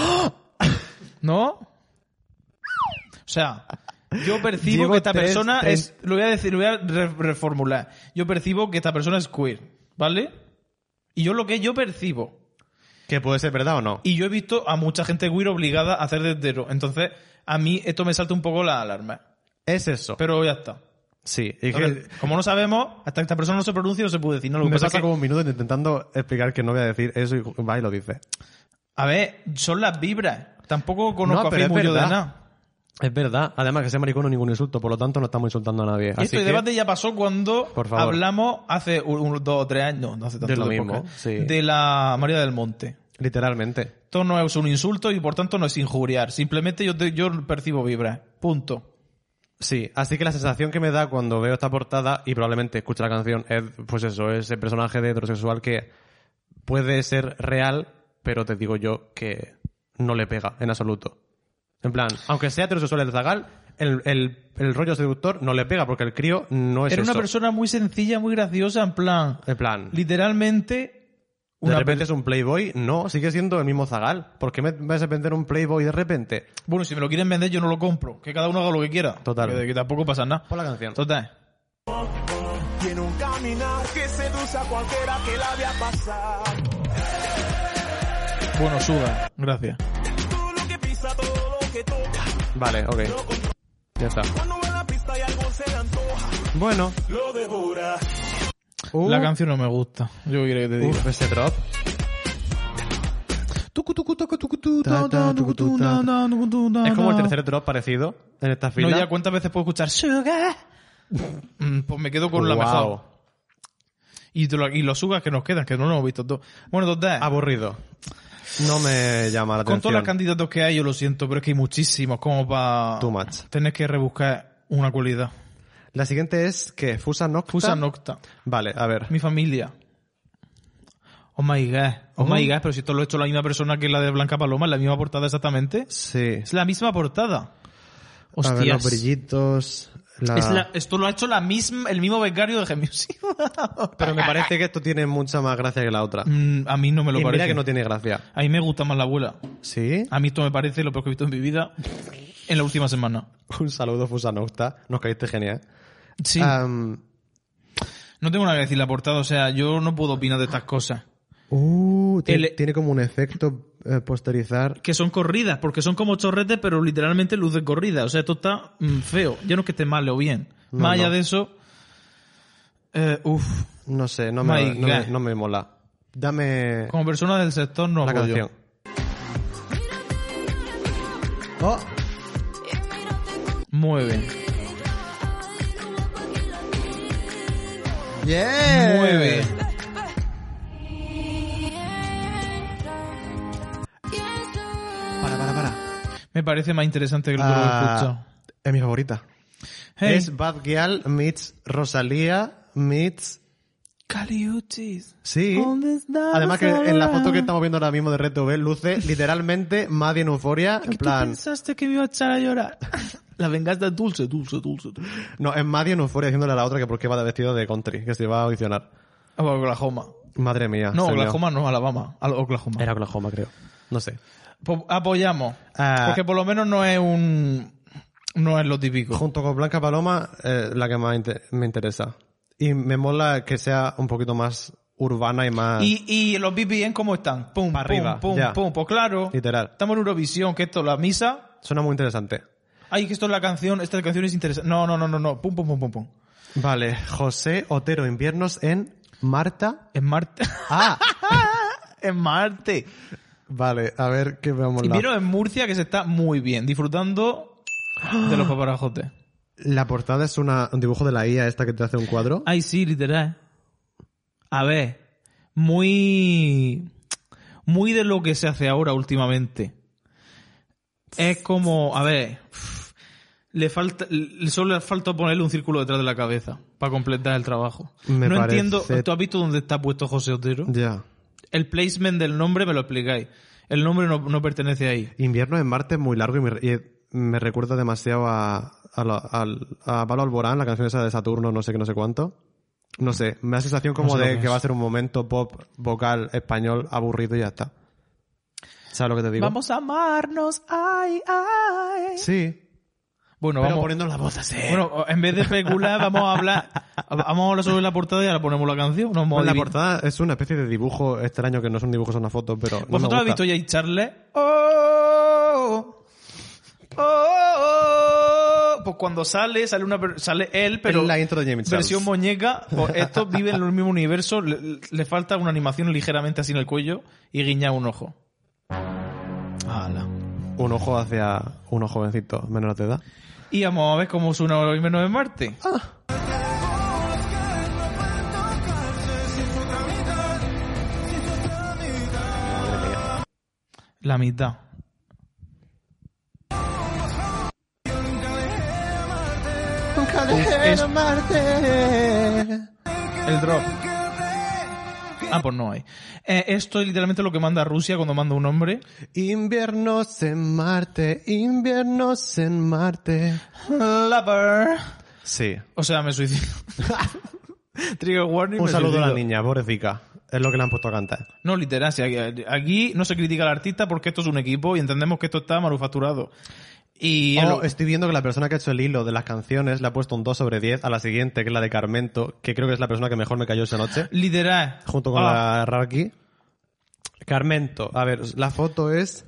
¿No? O sea, yo percibo Llevo que esta tres- persona tres- es... Lo voy a decir, lo voy a reformular. Yo percibo que esta persona es queer, ¿vale? Y yo lo que yo percibo... Que puede ser verdad o no. Y yo he visto a mucha gente queer obligada a hacer de hetero. Entonces, a mí esto me salta un poco la alarma. Es eso. Pero ya está. Sí, y Entonces, como no sabemos, hasta que esta persona no se pronuncia no se puede decir. No, lo que me pasa pasa es que, como un minuto intentando explicar que no voy a decir eso y va y lo dice. a ver, son las vibras. Tampoco conozco No, a pero es Free Muyo de verdad. nada. Es verdad. Además que sea maricón no es ningún insulto, por lo tanto no estamos insultando a nadie. Así Esto, el que, debate ya pasó cuando Por favor. hablamos hace 2 o 3 años, no hace tanto De lo tiempo, mismo, sí. de la María del Monte. literalmente. Esto no es un insulto y por tanto no es injuriar. Simplemente yo percibo vibras. Punto. Sí, así que la sensación que me da cuando veo esta portada y probablemente escucho la canción es, pues eso, ese personaje de heterosexual que puede ser real, pero te digo yo que no le pega en absoluto. En plan, aunque sea heterosexual el zagal, el rollo seductor no le pega porque el crío no es Era una eso. persona muy sencilla, muy graciosa, en plan... En plan, Literalmente... de repente es un playboy, no, sigue siendo el mismo zagal. ¿Por qué me vas a vender un playboy de repente? Bueno, si me lo quieren vender yo no lo compro. Que cada uno haga lo que quiera. Total. Que tampoco pasa nada. Pon la canción. Total. Tiene un caminar que seduce a cualquiera que la vea pasar. Bueno, Suga. Gracias. Todo lo que pisa, todo lo que toca. Vale, ok. Ya está. Cuando va a la pista y algo se le antoja, Bueno. lo devora. La canción no me gusta. Yo quiero que te diga. Ese drop. Es como el tercer drop parecido en esta fila. No, ya cuántas veces puedo escuchar Suga. Pues me quedo con la Wow. mejor. Y los Sugas que nos quedan, que no lo hemos visto todos. Bueno, total. Aburrido. No me llama la Con todos atención. los candidatos que hay, yo lo siento, pero es que hay muchísimos como para Too much. tener que rebuscar una cualidad. La siguiente es que Fusa Nocta. Fusa Nocta. Vale, a ver. Mi familia. Oh my god. Oh my god, pero si esto lo ha hecho la misma persona que la de Blanca Paloma, en la misma portada exactamente. Sí. Es la misma portada. A ver, Hostias. los brillitos. Esto lo ha hecho el mismo becario de G-Music. Pero me parece que esto tiene mucha más gracia que la otra. A mí no me lo Y parece. mira que no tiene gracia. A mí me gusta más la abuela. ¿Sí? A mí esto me parece lo peor que he visto en mi vida en la última semana. Un saludo, Fusa Nocta. Nos caíste genial. Sí. No tengo nada que decir la portada. O sea, yo no puedo opinar de estas cosas. Tiene como un efecto posterizar. Que son corridas, porque son como chorretes, pero literalmente luz de corrida. O sea, esto está feo. Ya no es que esté mal o bien. No, Más allá no. de eso... No sé, no My me, God. no me mola. Dame Como persona del sector no la apoyo. canción. Oh, Mueve. yeah. Mueve. Para. Me parece más interesante que lo que he escuchado. Es mi favorita. Hey. Es Bad Gyal meets Rosalía meets... Caliuchis. Sí. Además que en la foto que estamos viendo ahora mismo de Red TV luce literalmente Maddie en euforia. En ¿Tú plan... pensaste que me iba a echar a llorar? La venganza es dulce. No, es Maddie en euforia diciéndole a la otra que por qué va de vestido de country, que se va a audicionar. A Oklahoma. Madre mía. No, señor. Oklahoma no, Alabama. Oklahoma. Era Oklahoma, creo. No sé. Apoyamos. Ah. Porque por lo menos no es no es lo típico. Junto con Blanca Paloma, la que más me interesa. Y me mola que sea un poquito más urbana y más... Y los BPM, ¿cómo están? Pum, Pa' pum, arriba, pum, ya. pum. Pues claro. Literal. Estamos en Eurovisión, que esto, la misa. Suena muy interesante. Ay, que esto es la canción. Esta canción es interesante. No. Pum, pum, pum, pum, pum. Vale. José Otero Inviernos en Marta. En Marte. Ah, En Marte. vale. A ver qué veamos Y la... vieron en Murcia que se está muy bien, disfrutando de los paparajotes. La portada es un dibujo de la IA esta que te hace un cuadro. Ay, sí, literal. A ver, muy de lo que se hace ahora últimamente. Es como, a ver, solo le falta ponerle un círculo detrás de la cabeza para completar el trabajo. Me No parece- entiendo, ¿tú has visto dónde está puesto José Otero? Ya. El placement del nombre me lo explicáis. El nombre no pertenece ahí. Invierno en Marte es muy largo y me recuerda demasiado a Pablo Alborán, la canción esa de Saturno, no sé qué, no sé cuánto. No sé, me da sensación como No sé lo de que que es. va a ser un momento pop vocal español aburrido y ya está. ¿Sabes lo que te digo? Vamos a amarnos, ay. Sí, Bueno, pero vamos. poniendo la voz así. Bueno, en vez de especular, vamos a hablar sobre la portada y ahora ponemos la canción. No, Pues la portada es una especie de dibujo extraño que no es un dibujo, es una foto, pero no me ¿Vosotros habéis gusta. visto Jay Charles? Oh. pues cuando sale él, pero En la intro de James versión Charles. muñeca. Pues estos viven en el mismo universo. Le falta una animación ligeramente así en el cuello y guiña un ojo. ¡Hala! Un ojo hacia unos jovencitos menores de edad. Y vamos a ver cómo suena hoy menos en Marte. La mitad. El drop. Ah, pues no hay. Esto es literalmente lo que manda Rusia cuando manda un hombre. Inviernos en Marte, inviernos en Marte. Lover. Sí. O sea, me suicido. Trigger warning. Un me saludo a la suicido. niña, pobrecita. Es lo que le han puesto a cantar. No, literal. Si aquí no se critica al artista porque esto es un equipo y entendemos que esto está manufacturado. Y Estoy viendo que la persona que ha hecho el hilo de las canciones le ha puesto un 2/10 a la siguiente, que es la de Carmento, que creo que es la persona que mejor me cayó esa noche, literal. junto con la Rarky. Carmento, a ver, la foto es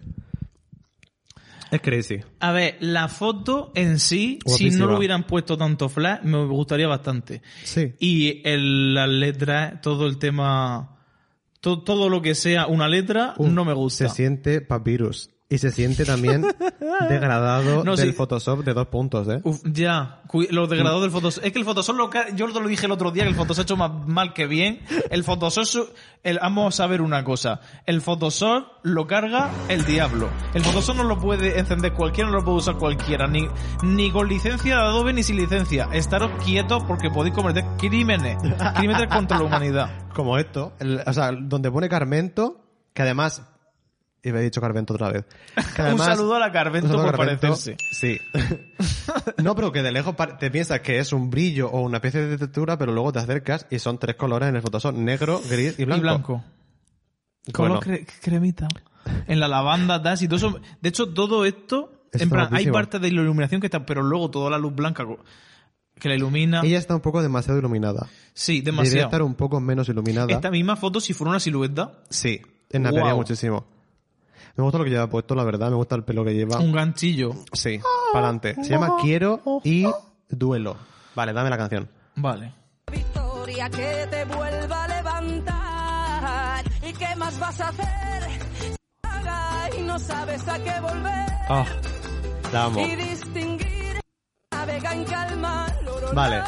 crazy. A ver, la foto en sí, Guapísima. si no lo hubieran puesto tanto flash, me gustaría bastante. Sí. Y las letras, todo el tema, todo lo que sea una letra, no me gusta. Se siente papyrus. Y se siente también degradado No, del sí. Photoshop de 2 puntos, ¿eh? Uf, ya, los degradados del Photoshop. Es que el Photoshop, yo te lo dije el otro día, que el Photoshop ha hecho más mal que bien. El Photoshop, vamos a ver una cosa. El Photoshop lo carga el diablo. El Photoshop no lo puede encender cualquiera, no lo puede usar cualquiera. Ni con licencia de Adobe ni sin licencia. Estaros quietos porque podéis cometer crímenes. Crímenes contra la humanidad. Como esto, o sea, donde pone Carmento, que además... Y me he dicho Carmento otra vez. Que Un saludo a la Carmento un saludo por a Carmento. parecerse. Sí. No, pero que de lejos te piensas que es un brillo o una especie de textura, pero luego te acercas y son 3 colores en el Photoshop: negro, gris y blanco. Y blanco. Bueno, Color cremita. En la lavanda, das y todo eso. De hecho, todo esto, Es en plan, hay guapísimo. parte de la iluminación que está, pero luego toda la luz blanca que la ilumina. ella está un poco demasiado iluminada. Sí, Debería demasiado. estar un poco menos iluminada. Esta misma foto, si fuera una silueta, Sí, ennapearía Wow. muchísimo. Me gusta lo que lleva puesto, la verdad. Me gusta el pelo que lleva. un ganchillo. Sí, para adelante. Se llama Quiero y Duelo. Vale, dame la canción. Vale. Victoria que te vuelva a levantar. ¿Y qué más vas a hacer? Haga y no sabes a qué volver. Ah, la amo. Y distinguir. Navega en calma. Vale.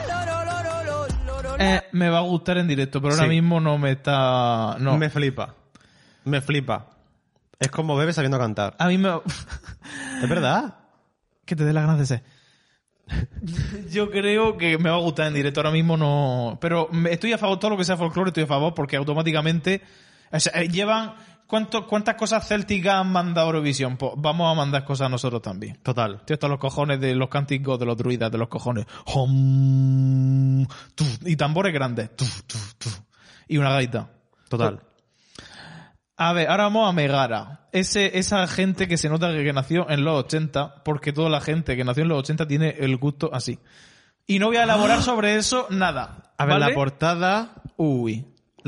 Me va a gustar en directo, pero ahora Sí. mismo no me está... No. Me flipa. Me flipa. Es como bebé sabiendo cantar. A mí me... ¿Es verdad? que te dé las ganas de ser. Yo creo que me va a gustar en directo. Ahora mismo no... Pero estoy a favor, todo lo que sea folclore estoy a favor, porque automáticamente... O sea, llevan... ¿Cuántas cosas célticas han mandado a Eurovisión? Pues vamos a mandar cosas a nosotros también. Total. Tío, hasta los cojones de los cánticos de los druidas, de los cojones. Hom, tu, y tambores grandes. Tu, y una gaita. Total. A ver, ahora vamos a Megara. Esa gente que se nota que nació en los 80, porque toda la gente que nació en los 80 tiene el gusto así. Y no voy a elaborar sobre eso nada. A ver, ¿vale? la portada... Uy.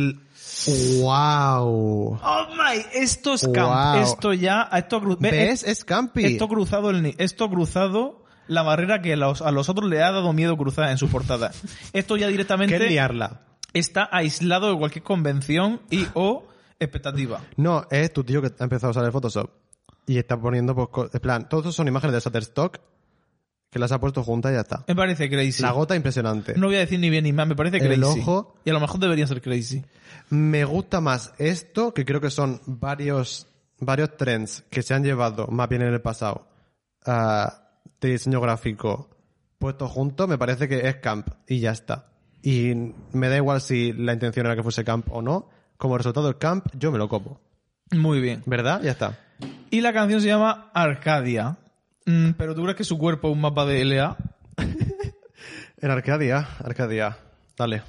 ¡Wow! Oh my, esto es camp. Wow. Esto ya... ¿Ves? Es campi. Esto cruzado la barrera que a los otros le ha dado miedo cruzar en su portada. Esto ya directamente ¿Qué liarla? está aislado de cualquier convención y o expectativa. No, es tu tío que ha empezado a usar el Photoshop. Y está poniendo, pues, en plan, todos son imágenes de Shutterstock que las ha puesto juntas y ya está. Me parece crazy. La gota impresionante. No voy a decir ni bien ni mal, me parece El crazy. ojo. Y a lo mejor debería ser crazy. Me gusta más esto, que creo que son varios trends que se han llevado más bien en el pasado de diseño gráfico puestos juntos. Me parece que es camp y ya está. Y me da igual si la intención era que fuese camp o no. Como resultado del camp, yo me lo como. Muy bien. ¿Verdad? Ya está. Y la canción se llama Arcadia. Pero tú crees que su cuerpo es un mapa de LA. En Arcadia. Dale.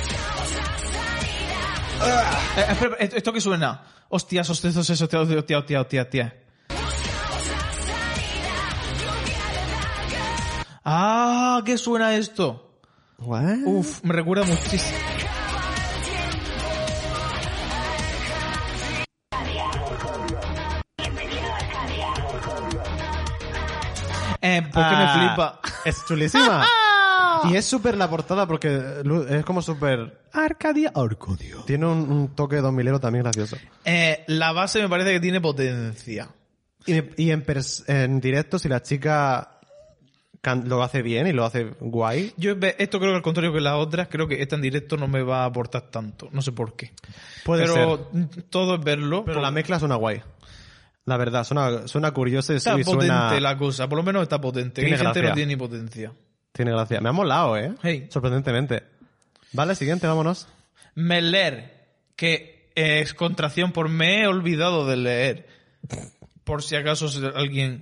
Espera, ¿esto qué suena? Hostias, hostia. Ah, ¿qué suena esto? ¿What? Uf, me recuerda muchísimo. ¿Por qué me flipa? Es chulísima. Y es súper la portada porque es como súper... Arcadia. Tiene un toque 2000ero también gracioso. La base me parece que tiene potencia. Y en directo, si la chica lo hace bien y lo hace guay... Yo esto creo que al contrario que las otras, creo que esta en directo no me va a aportar tanto. No sé por qué. Puede Pero todo es verlo. Pero la mezcla suena guay. La verdad, suena curioso y está suena... potente la cosa. Por lo menos está potente. Tiene Hay gente que gracia. no tiene ni potencia. Tiene gracia. Me ha molado, ¿eh? Hey. Sorprendentemente. Vale, siguiente, vámonos. Meler, que es contracción por me he olvidado de leer. Por si acaso alguien...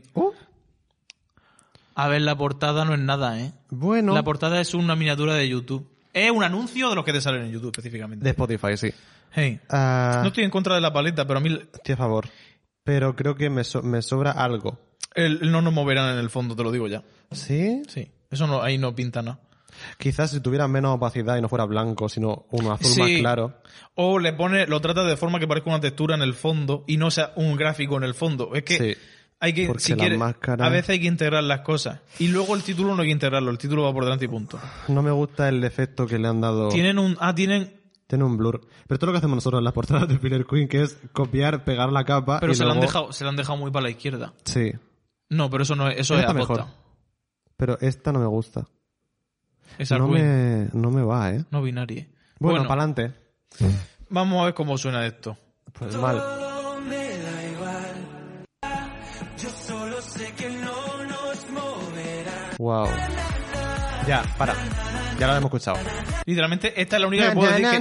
A ver, la portada no es nada, ¿eh? Bueno. La portada es una miniatura de YouTube. Es un anuncio de los que te salen en YouTube específicamente. De Spotify, sí. Hey. Ah, No estoy en contra de la paleta, pero a mí estoy a favor. Pero creo que me sobra algo. no nos moverán en el fondo, te lo digo ya. ¿Sí? Sí. Eso no, ahí no pinta nada. Quizás si tuviera menos opacidad y no fuera blanco, sino un azul Sí. más claro. O lo trata de forma que parezca una textura en el fondo y no sea un gráfico en el fondo. Es que Sí. hay que, Porque si la quieres, máscara- a veces hay que integrar las cosas. Y luego el título no hay que integrarlo, el título va por delante y punto. No me gusta el efecto que le han dado. Tienen un blur. Pero todo lo que hacemos nosotros en las portadas de Filler Queen, que es copiar, pegar la capa pero y se luego... la han dejado muy para la izquierda. Sí. No, pero eso no es, eso Esta es aposta. mejor. Pero esta no me gusta. Esa No Queen, me va, ¿eh? no binaria. Bueno, para adelante. Vamos a ver cómo suena esto. Pues mal. Todo me da igual. Yo solo sé que no nos moverá. Wow. Ya, para. Ya lo hemos escuchado. Literalmente, esta es la única que puedo decir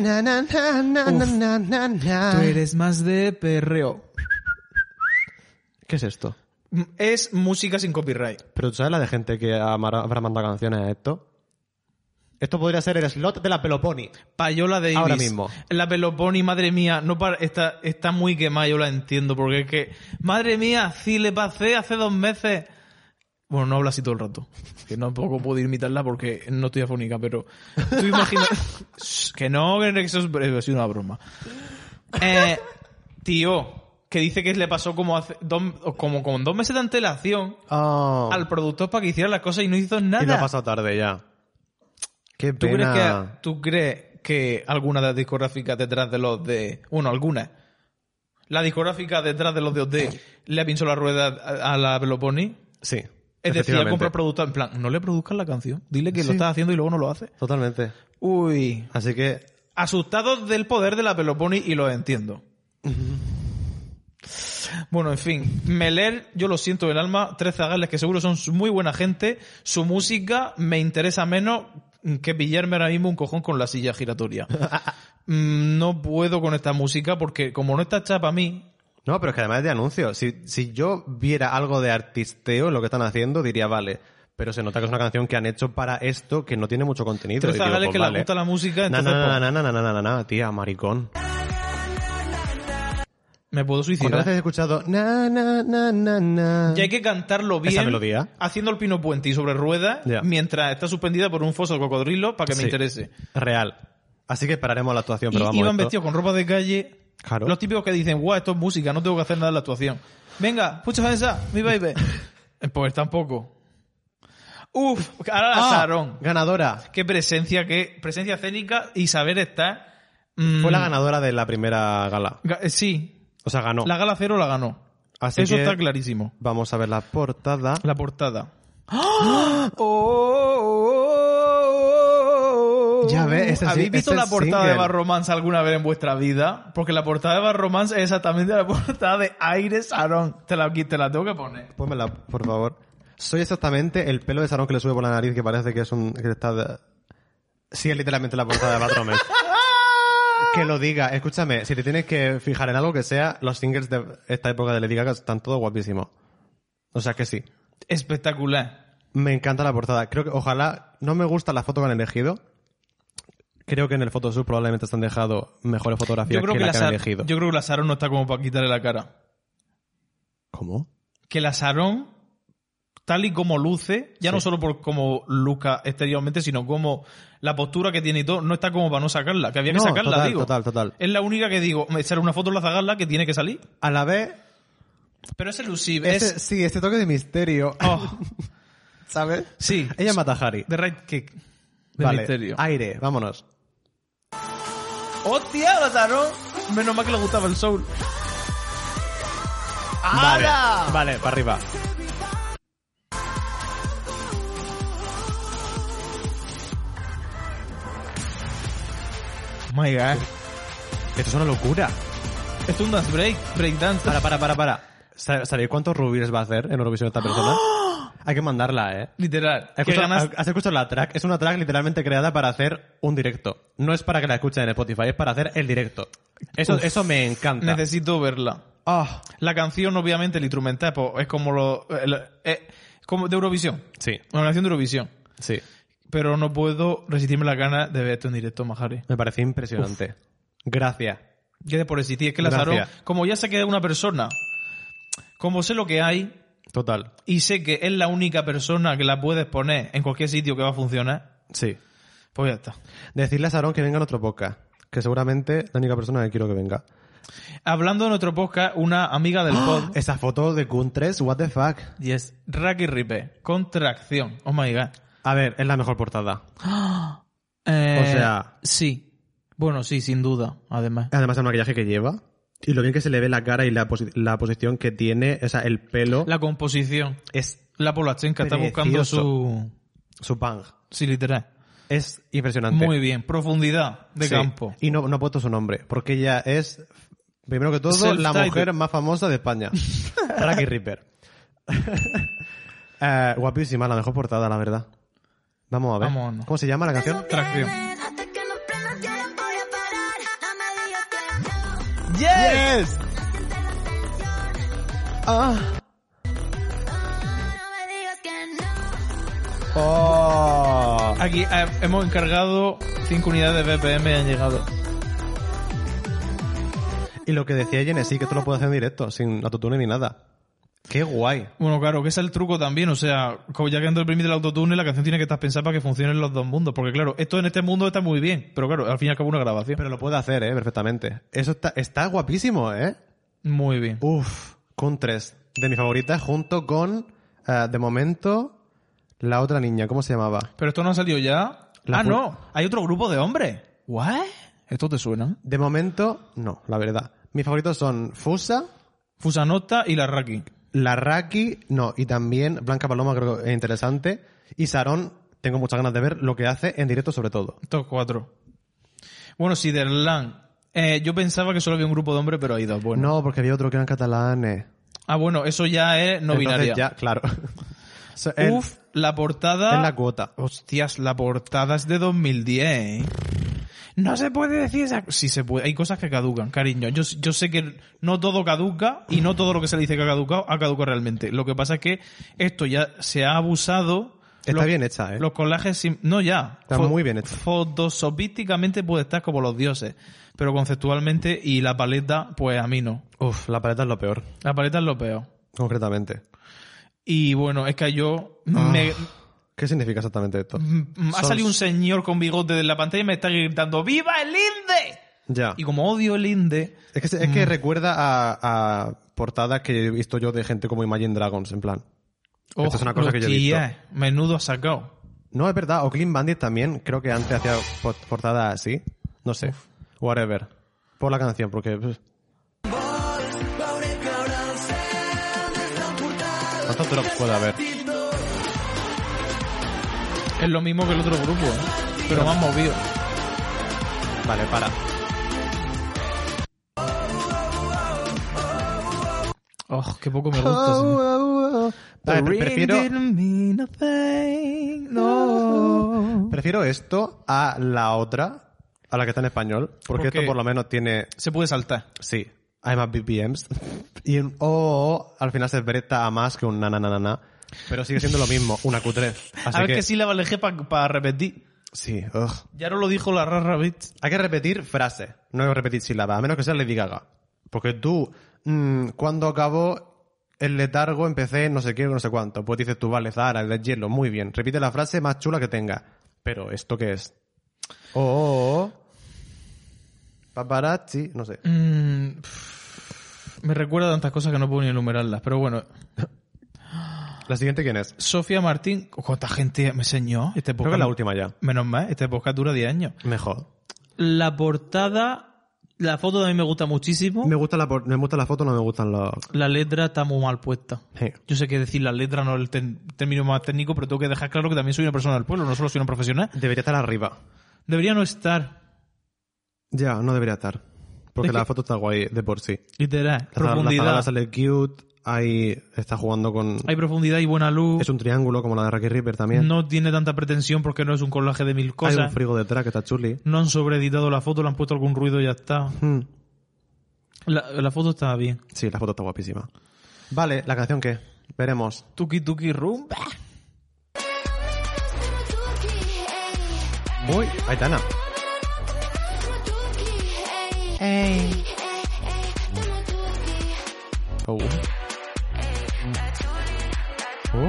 que... Tú eres más de perreo. ¿Qué es esto? Es música sin copyright. Pero ¿tú sabes la de gente que habrá mandado canciones a esto? Esto podría ser el slot de la Peloponi. Payola Davis. Ahora mismo. La Peloponi, madre mía, está muy quemada, yo la entiendo, porque es que, madre mía, si le pasé hace 2 meses... Bueno, no habla así todo el rato. Que tampoco puedo imitarla porque no estoy afónica, pero... Tú imaginas... que no, que eso es breve, ha sido una broma. Tío, que dice que le pasó como con 2 meses de antelación Oh. al productor para que hiciera las cosas y no hizo nada. Y lo ha pasado tarde ya. Qué ¿Tú pena. crees que alguna de las discográficas detrás de los de... Bueno, algunas. La discográfica detrás de los de OD le pinchó la rueda a la Peloponi. Sí. Es decir, efectivamente. le compra al productor en plan, no le produzcas la canción. Dile que Sí. lo estás haciendo y luego no lo hace. Totalmente. Uy. Así que... Asustados del poder de la Peloponi y lo entiendo. Bueno, en fin. Meler, yo lo siento del alma. 3 zagales que seguro son muy buena gente. Su música me interesa menos que pillarme ahora mismo un cojón con la silla giratoria. No puedo con esta música porque como no está hecha para mí... No, pero es que además es de anuncio. Si yo viera algo de artisteo en lo que están haciendo, diría vale. Pero se nota que es una canción que han hecho para esto que no tiene mucho contenido. 3 Y digo, zagales pues que vale. les gusta la música, Na, entonces... na, pues, na, na, na, na, na, na, tía, maricón. me puedo ¿Cuántas suicidar. veces he escuchado na, na, na, na, na? Y hay que cantarlo bien. Esa melodía. Haciendo el pino puente y sobre ruedas Ya. mientras está suspendida por un foso de cocodrilo para que me Sí. interese. Real. Así que esperaremos la actuación, pero Y vamos. iban esto- vestidos con ropa de calle. Claro. Los típicos que dicen, guau, esto es música, no tengo que hacer nada en la actuación. Venga, pucha esa, mi baby. Pues tampoco. Uf, ahora la Sarón. Ganadora. Qué presencia escénica y saber estar. Fue la ganadora de la primera gala. Sí, O sea, ganó. la gala 0 la ganó. Así Eso que está clarísimo. vamos a ver la portada. La portada. ¡Oh! Ya ves, ese ¿Habéis sí- visto ese la es portada single. de Bad Romance alguna vez en vuestra vida? Porque la portada de Bad Romance es exactamente la portada de Aire Sarón. Te la tengo que poner. Pónmela, por favor. Soy exactamente el pelo de Sarón que le sube por la nariz, que parece que es un... que está... Sí, es literalmente la portada de Bad Romance. Que lo diga. Escúchame, si te tienes que fijar en algo que sea, los singles de esta época de Lady Gaga están todos guapísimos. O sea que sí. Espectacular. Me encanta la portada. Creo que, ojalá, no me gusta la foto que han elegido. Creo que en el Photoshoot probablemente se han dejado mejores fotografías que la que han elegido. yo creo que la Sarón no está como para quitarle la cara. ¿Cómo? Que la Sarón, tal y como luce, ya Sí. no solo por cómo luca exteriormente, sino como la postura que tiene y todo, no está como para no sacarla. Que había que No, sacarla, total, digo. total. Es la única que digo, echar una foto en la zagarla que tiene que salir. A la vez, Pero es elusive, sí, este toque de misterio. Oh. ¿Sabes? Sí. Ella mata a Harry. The Right Kick. De Vale, misterio. aire, vámonos. ¡Hostia, mataron! Menos mal que le gustaba el soul. Vale, ¡Hala! vale, para arriba. Oh my God. Esto es una locura. Esto es un dance break dance. Para. ¿Sabéis cuántos rubíes va a hacer en Eurovisión esta persona? Hay que mandarla, ¿eh? Literal. ¿Has ¿Qué ganas? escuchado la track? Es una track literalmente creada para hacer un directo. No es para que la escuchen en Spotify, es para hacer el directo. Eso me encanta. Necesito verla. Ah, La canción, obviamente, el instrumental, pues, es como como de Eurovisión. sí, Una canción de Eurovisión. sí. Pero no puedo resistirme la gana de ver esto en directo, Mahari. Me parece impresionante. Gracias. Gracias por existir. Es que Lazarón, Gracias. como ya sé que es una persona, como sé lo que hay, Total. y sé que es la única persona que la puedes poner en cualquier sitio que va a funcionar, Sí. pues ya está. Decirle a Sarón que venga en otro podcast. Que seguramente la única persona que quiero que venga. Hablando de nuestro podcast, una amiga del pod, Esa foto de Kun3, what the fuck. y es Raki Ripe, Contracción. Oh my God. A ver, es la mejor portada. O O sea- Sí. Bueno, sí, sin duda, además. Además el maquillaje que lleva. Y lo bien que se le ve la cara y la posición que tiene. O sea, el pelo La composición. es La Polachenka está buscando Precioso. su bang. Sí, literal. Es impresionante. Muy bien. Profundidad de Sí. campo. Y no ha puesto su nombre, porque ella es, primero que todo, la Self-titled. mujer más famosa de España. Raki Ripper. Guapísima, la mejor portada, la verdad. Vamos a ver. Vámonos. ¿Cómo se llama la canción? Tracción. Hasta que no prendas yo no voy a parar. No me digas que no. ¡Yes! Ah. No me digas que no. Oh. Aquí hemos encargado 5 unidades de BPM y han llegado. Y lo que decía Genesis, que esto lo puede hacer en directo, sin autotune ni nada. ¡Qué guay! Bueno, claro, que ese es el truco también. O sea, como ya que entra el permite el autotune, la canción tiene que estar pensada para que funcionen los dos mundos. Porque claro, esto en este mundo está muy bien. Pero claro, al fin y al cabo una grabación. Pero lo puede hacer, perfectamente. Eso está guapísimo, Muy bien. Uf, con 3 de mis favoritas, junto con, de momento, la otra niña, ¿cómo se llamaba? Pero esto no ha salido ya. La No. Hay otro grupo de hombres. ¿What? ¿Esto te suena? De momento, no, la verdad. Mis favoritos son Fusa, Fusanota y la Raki. la Raki, no, y también Blanca Paloma, creo que es interesante. Y Sarón, tengo muchas ganas de ver lo que hace en directo, sobre todo. Estos 4. Bueno, Siderland. Yo pensaba que solo había un grupo de hombres, pero hay 2. Bueno. No, porque había otro que eran catalanes. Ah, bueno, eso ya es no Entonces binaria. ya, claro. Uf, la portada... Es la cuota. Hostias, la portada es de 2010, ¿eh? No se puede decir esa... Sí se puede. Hay cosas que caducan, cariño. Yo sé que no todo caduca y no todo lo que se le dice que ha caducado realmente. Lo que pasa es que esto ya se ha abusado... Está bien hecha, Los collages... No, ya. Está muy bien hecha. Photoshoppísticamente puede estar como los dioses. Pero conceptualmente y la paleta, pues a mí no. Uf, la paleta es lo peor, La paleta es lo peor. concretamente. Y bueno, es que yo... ¿Qué significa exactamente esto? Ha salido un señor con bigote de la pantalla y me está gritando ¡Viva el Inde! Ya. Y como odio el Inde... Es que recuerda a portadas que he visto yo de gente como Imagine Dragons, en plan. Esto es una cosa que yo he visto. Menudo ha sacado. No, es verdad. O Clean Bandit también. Creo que antes hacía portadas así. No sé. Whatever. Por la canción, porque... ¿Cuántos drops puede haber? Es lo mismo que el otro grupo, ¿eh? Pero más movido. Vale, para. Oh, qué poco me gusta. Prefiero esto a la otra, a la que está en español, porque ¿Por qué? esto por lo menos tiene... Se puede saltar. Sí, hay más BPMs. Y un o al final se presta a más que un na. Pero sigue siendo lo mismo, una Q3. Así A ver que sí la alejé para repetir. Sí, ugh. Ya no lo dijo la Rara Beats. Hay que repetir frase, no hay que repetir sílaba, a menos que sea Lady Gaga. Porque tú, cuando acabó el letargo, empecé no sé qué, no sé cuánto. Pues dices tú, vale, Zara, el hielo, muy bien. Repite la frase más chula que tenga. Pero, ¿esto qué es? Paparazzi, no sé. Me recuerda a tantas cosas que no puedo ni enumerarlas, pero bueno. ¿La siguiente quién es? Sofía Martín. ¿Cuánta gente me enseñó? Este Creo que es la última ya. Menos mal, este podcast dura 10 años. Mejor. La portada, la foto también me gusta muchísimo. Me gusta la foto, no me gustan los... La letra está muy mal puesta. Sí. Yo sé que decir la letra no es el término más técnico, pero tengo que dejar claro que también soy una persona del pueblo, no solo soy una profesional. Debería estar arriba. Debería no estar. Ya, no debería estar. Porque Es la que- foto está guay de por sí. Literal. La Profundidad. zagala sale cute, ahí está jugando con... Hay profundidad y buena luz. Es un triángulo como la de Rocky Ripper también. No tiene tanta pretensión porque no es un collage de 1000 Hay cosas. un frigo detrás que está chuli. No han sobreeditado la foto, le han puesto algún ruido y ya está. La foto está bien. Sí, la foto está guapísima. Vale, ¿la canción qué? Veremos. Tuki tuki rumba. Uy, Aitana. Oh. Oh.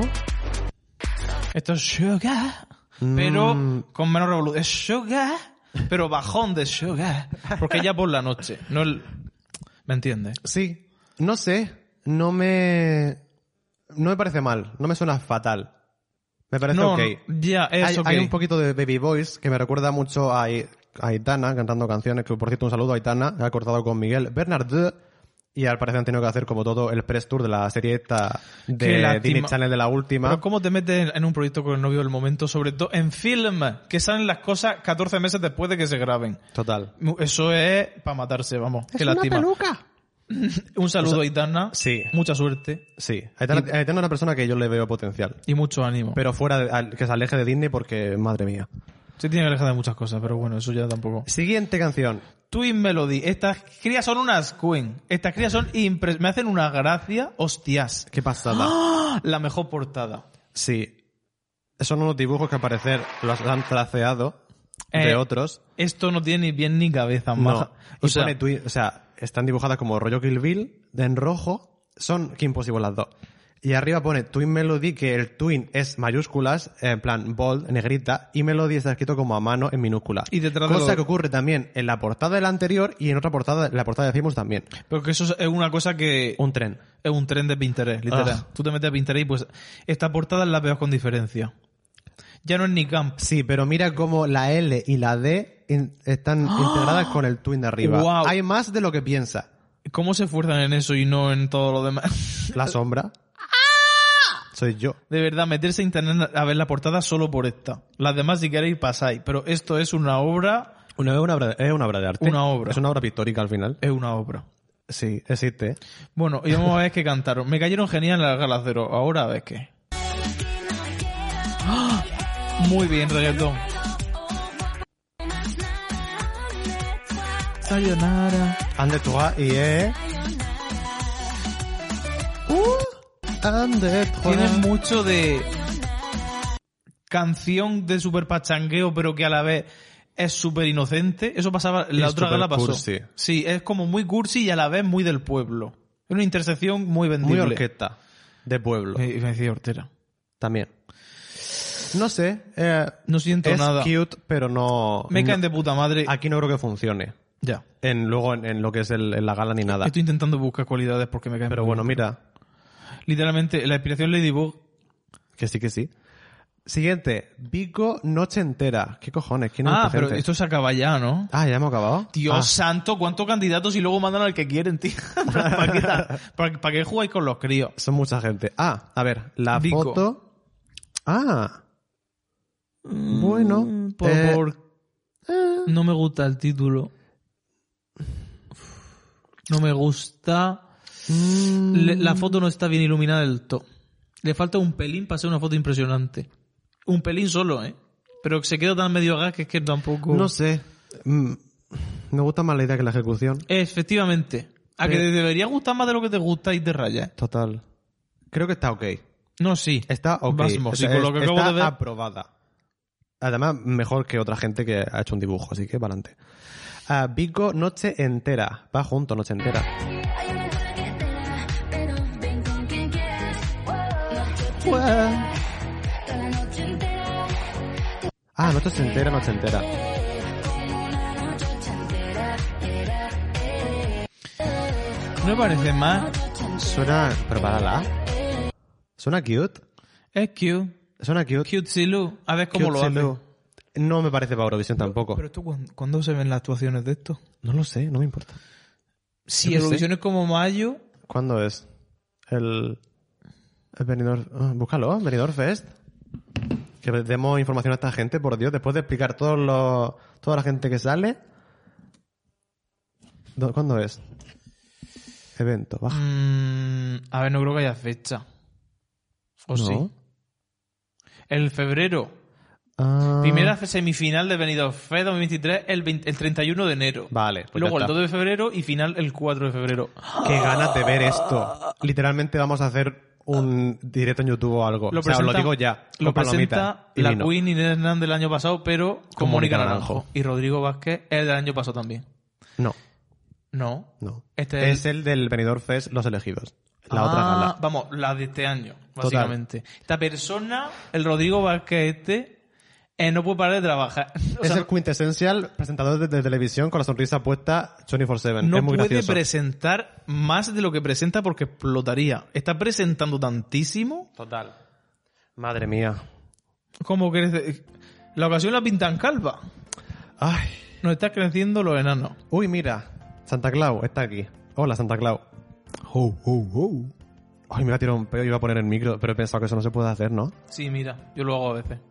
Esto es Sugar, pero con menos revolución. Es Sugar, pero bajón de Sugar. Porque ya por la noche. No el... ¿Me entiendes? Sí. No sé. No me parece mal. No me suena fatal. Me parece No, ok. ya, es ok. Hay un poquito de Baby Voice que me recuerda mucho a Aitana cantando canciones, que por cierto un saludo a Aitana, ha acordado con Miguel Bernard y al parecer han tenido que hacer como todo el press tour de la serie esta Qué de lástima. Disney Channel de la última. Pero ¿cómo te metes en un proyecto con el novio del momento? Sobre todo en film, que salen las cosas 14 meses después de que se graben. Total. Eso es para matarse, vamos. Qué lástima. Un saludo a Aitana. Sí. Mucha suerte Sí. Aitana es una persona que yo le veo potencial. y mucho ánimo. Pero fuera que se aleje de Disney porque, madre mía. Se tiene que alejar de muchas cosas, pero bueno, eso ya tampoco. Siguiente canción. Twin Melody. Estas crías son unas queen. Estas crías son me hacen una gracia. Hostias. Qué pasada. ¡Ah! La mejor portada. Sí. Son unos dibujos que al parecer los han traceado de otros. Esto no tiene ni bien ni cabeza. No. Maja. Y O sea, pone o sea, están dibujadas como rollo Kill Bill, en rojo. Son Kim Possible las dos. Y arriba pone Twin Melody, que el Twin es mayúsculas, en plan bold, negrita, y Melody está escrito como a mano en minúscula. Y detrás de Cosa lo- que ocurre también en la portada de la anterior y en otra portada, en la portada de Famous también. pero que eso es una cosa que... Un tren. Es un tren de Pinterest, literal. Ah. Tú te metes a Pinterest y pues esta portada la veo con diferencia. Ya no es ni camp. Sí, pero mira cómo la L y la D están integradas con el Twin de arriba. Guau. Hay más de lo que piensa. ¿Cómo se esfuerzan en eso y no en todo lo demás? La sombra. Soy yo. De verdad, meterse a internet a ver la portada solo por esta. Las demás si queréis pasáis. Pero esto es una obra... Es una obra de arte. Una obra. Es una obra pictórica al final. Es una obra. Sí, existe. Bueno, y vamos a ver qué cantaron. Me cayeron genial las galas cero. Ahora a ver qué. ¡Ah! Muy bien, reggaetón. Sayonara. Ande toi y Ande toi. Tiene mucho de canción de super pachangueo, pero que a la vez es súper inocente. Eso pasaba, la Es otra súper gala pasó. cursi. Sí, es como muy cursi y a la vez muy del pueblo. Es una intersección muy vendible. Muy orquesta. De pueblo. Me decía Hortera. También. No sé. No siento es nada. cute, pero no... Me caen no- de puta madre. Aquí no creo que funcione. Ya. Luego en lo que es en la gala ni nada. Estoy intentando buscar cualidades porque me caen. Pero muy bueno, bien. mira. Literalmente, la inspiración Ladybug. Que sí, que sí. Siguiente. Vico Noche Entera. ¿Qué cojones? ¿Quién es Ah, esta pero gente? esto se acaba ya, ¿no? Ah, ya hemos acabado. Dios santo, ¿cuántos candidatos y luego mandan al que quieren, tío? ¿Para qué jugáis con los críos? Son mucha gente. Ah, a ver, la Vico. foto. Ah. Bueno. No me gusta el título. No me gusta. La foto no está bien iluminada del todo. Le falta un pelín para ser una foto impresionante. Un pelín solo, ¿eh? Pero se queda tan medio gas que es que tampoco... No sé. Me gusta más la idea que la ejecución. Efectivamente. A que te debería gustar más de lo que te gusta y te raya. Total. Creo que está ok. No, sí. Está ok. Vamos, O sí, sea, con lo que acabo está de ver... aprobada. Además, mejor que otra gente que ha hecho un dibujo, así que para adelante. Vico Noche Entera. Va junto, Noche Entera. Ah, Noche Entera, Noche Entera. No me parece más... Suena... ¿Pero para la A? ¿Suena cute? Es cute. ¿Suena cute? Cutesy Lou. A ver cómo Cute lo hace. Lou. No me parece para Eurovisión tampoco. Pero esto, ¿cuándo se ven las actuaciones de esto? No lo sé, no me importa. Si Yo qué Eurovisión es como mayo... ¿Cuándo es? El Benidorm... búscalo, Benidorm Fest. Que demos información a esta gente, por Dios. Después de explicar toda la gente que sale... ¿Cuándo es? Evento, baja. A ver, no creo que haya fecha. ¿O No. sí? El febrero. Ah, Primera semifinal de Benidorm Fest 2023 el 31 de enero. Vale, pues Luego ya el está. 2 de febrero y final el 4 de febrero. Qué ganas de ver esto. Literalmente vamos a hacer un directo en YouTube o algo. Lo o sea, os presenta- lo digo ya. Lo con palomita presenta y la vino. Queen Inés Hernández del año pasado, pero con Con Mónica Mónica Naranjo. Naranjo. Y Rodrigo Vázquez es el del año pasado también. No, No. no. Este es el del Benidorm Fest Los Elegidos. La otra Ah, gala. vamos, la de este año, básicamente. Esta persona, el Rodrigo Vázquez no puede parar de trabajar. O Es sea, el quintessential presentador de televisión con la sonrisa puesta 24/7. no es muy puede gracioso. presentar más de lo que presenta porque explotaría. Está presentando tantísimo Total. Madre mía. como que la ocasión la pintan calva. Ay. Nos está creciendo los enanos. Uy, mira. Santa Claus está aquí. Hola, Santa Claus. Ay, me va a tirar un pedo y iba a poner el micro, pero he pensado que eso no se puede hacer, ¿no? Sí, mira, yo lo hago a veces.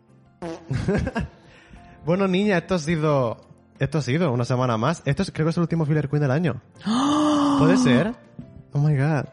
Bueno, niña, esto ha sido una semana más. Creo que es el último Filler Queen del año. ¿Puede ser? Oh my god.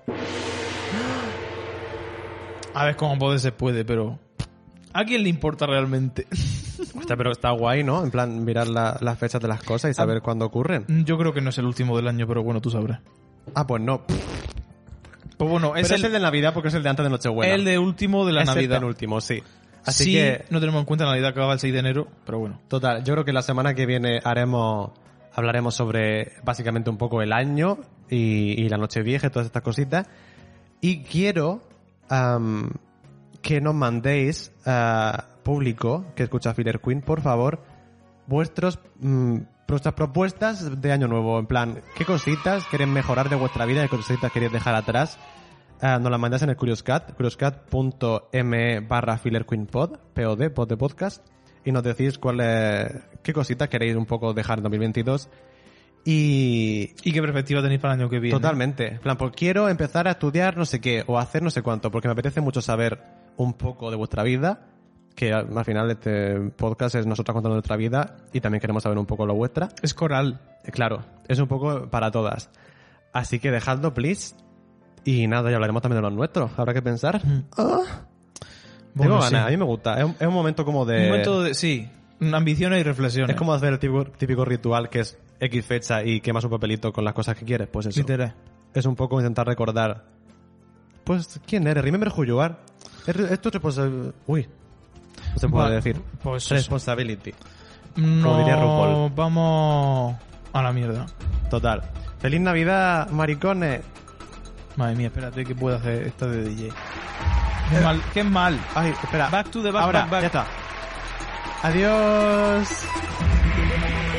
A ver cómo puede se puede, pero ¿a quién le importa realmente? Hostia, pero está guay, ¿no? En plan, mirar las fechas de las cosas y saber cuándo ocurren. Yo creo que no es el último del año, pero bueno, tú sabrás. Ah, pues no. Pues bueno, Es es el de Navidad porque es el de antes de Nochebuena. el de último de la es Navidad. el penúltimo, sí. Así Sí, que, no tenemos en cuenta la Navidad que acaba el 6 de enero, pero bueno. total, yo creo que la semana que viene hablaremos sobre básicamente un poco el año y la Nochevieja y todas estas cositas. Y quiero que nos mandéis público que escucha Filler Queen, por favor, vuestras propuestas de año nuevo. En plan, ¿qué cositas queréis mejorar de vuestra vida? ¿Qué cositas queréis dejar atrás? Nos las mandáis en el curioscat, curioscat.me/fillerqueenpod, pod de podcast, y nos decís qué cositas queréis un poco dejar en 2022. Y ¿Y qué perspectiva tenéis para el año que viene? totalmente. En plan, pues quiero empezar a estudiar no sé qué, o hacer no sé cuánto, porque me apetece mucho saber un poco de vuestra vida, que al final este podcast es nosotros contando nuestra vida, y también queremos saber un poco lo vuestra. Es coral. Claro, es un poco para todas. Así que dejadlo, please. Y nada, ya hablaremos también de los nuestros. Habrá que pensar. Tengo Bueno, ganas, sí. a mí me gusta. Es un momento como de... Un momento de... Sí, ambiciones y reflexiones. Es como hacer el típico ritual que es X fecha y quemas un papelito con las cosas que quieres. Pues eso. Literal. Es un poco intentar recordar... Pues, ¿quién eres? Remember who you are. Esto es responsabilidad... Uy. No se puede Vale, decir. pues eso. Responsibility. No, diría RuPaul. Vamos a la mierda. Total. ¡Feliz Navidad, maricones! Madre mía, espérate que puedo hacer esta de DJ. Qué mal. Ay, espera. Back to the back, Ahora, back, back. ya está. Adiós.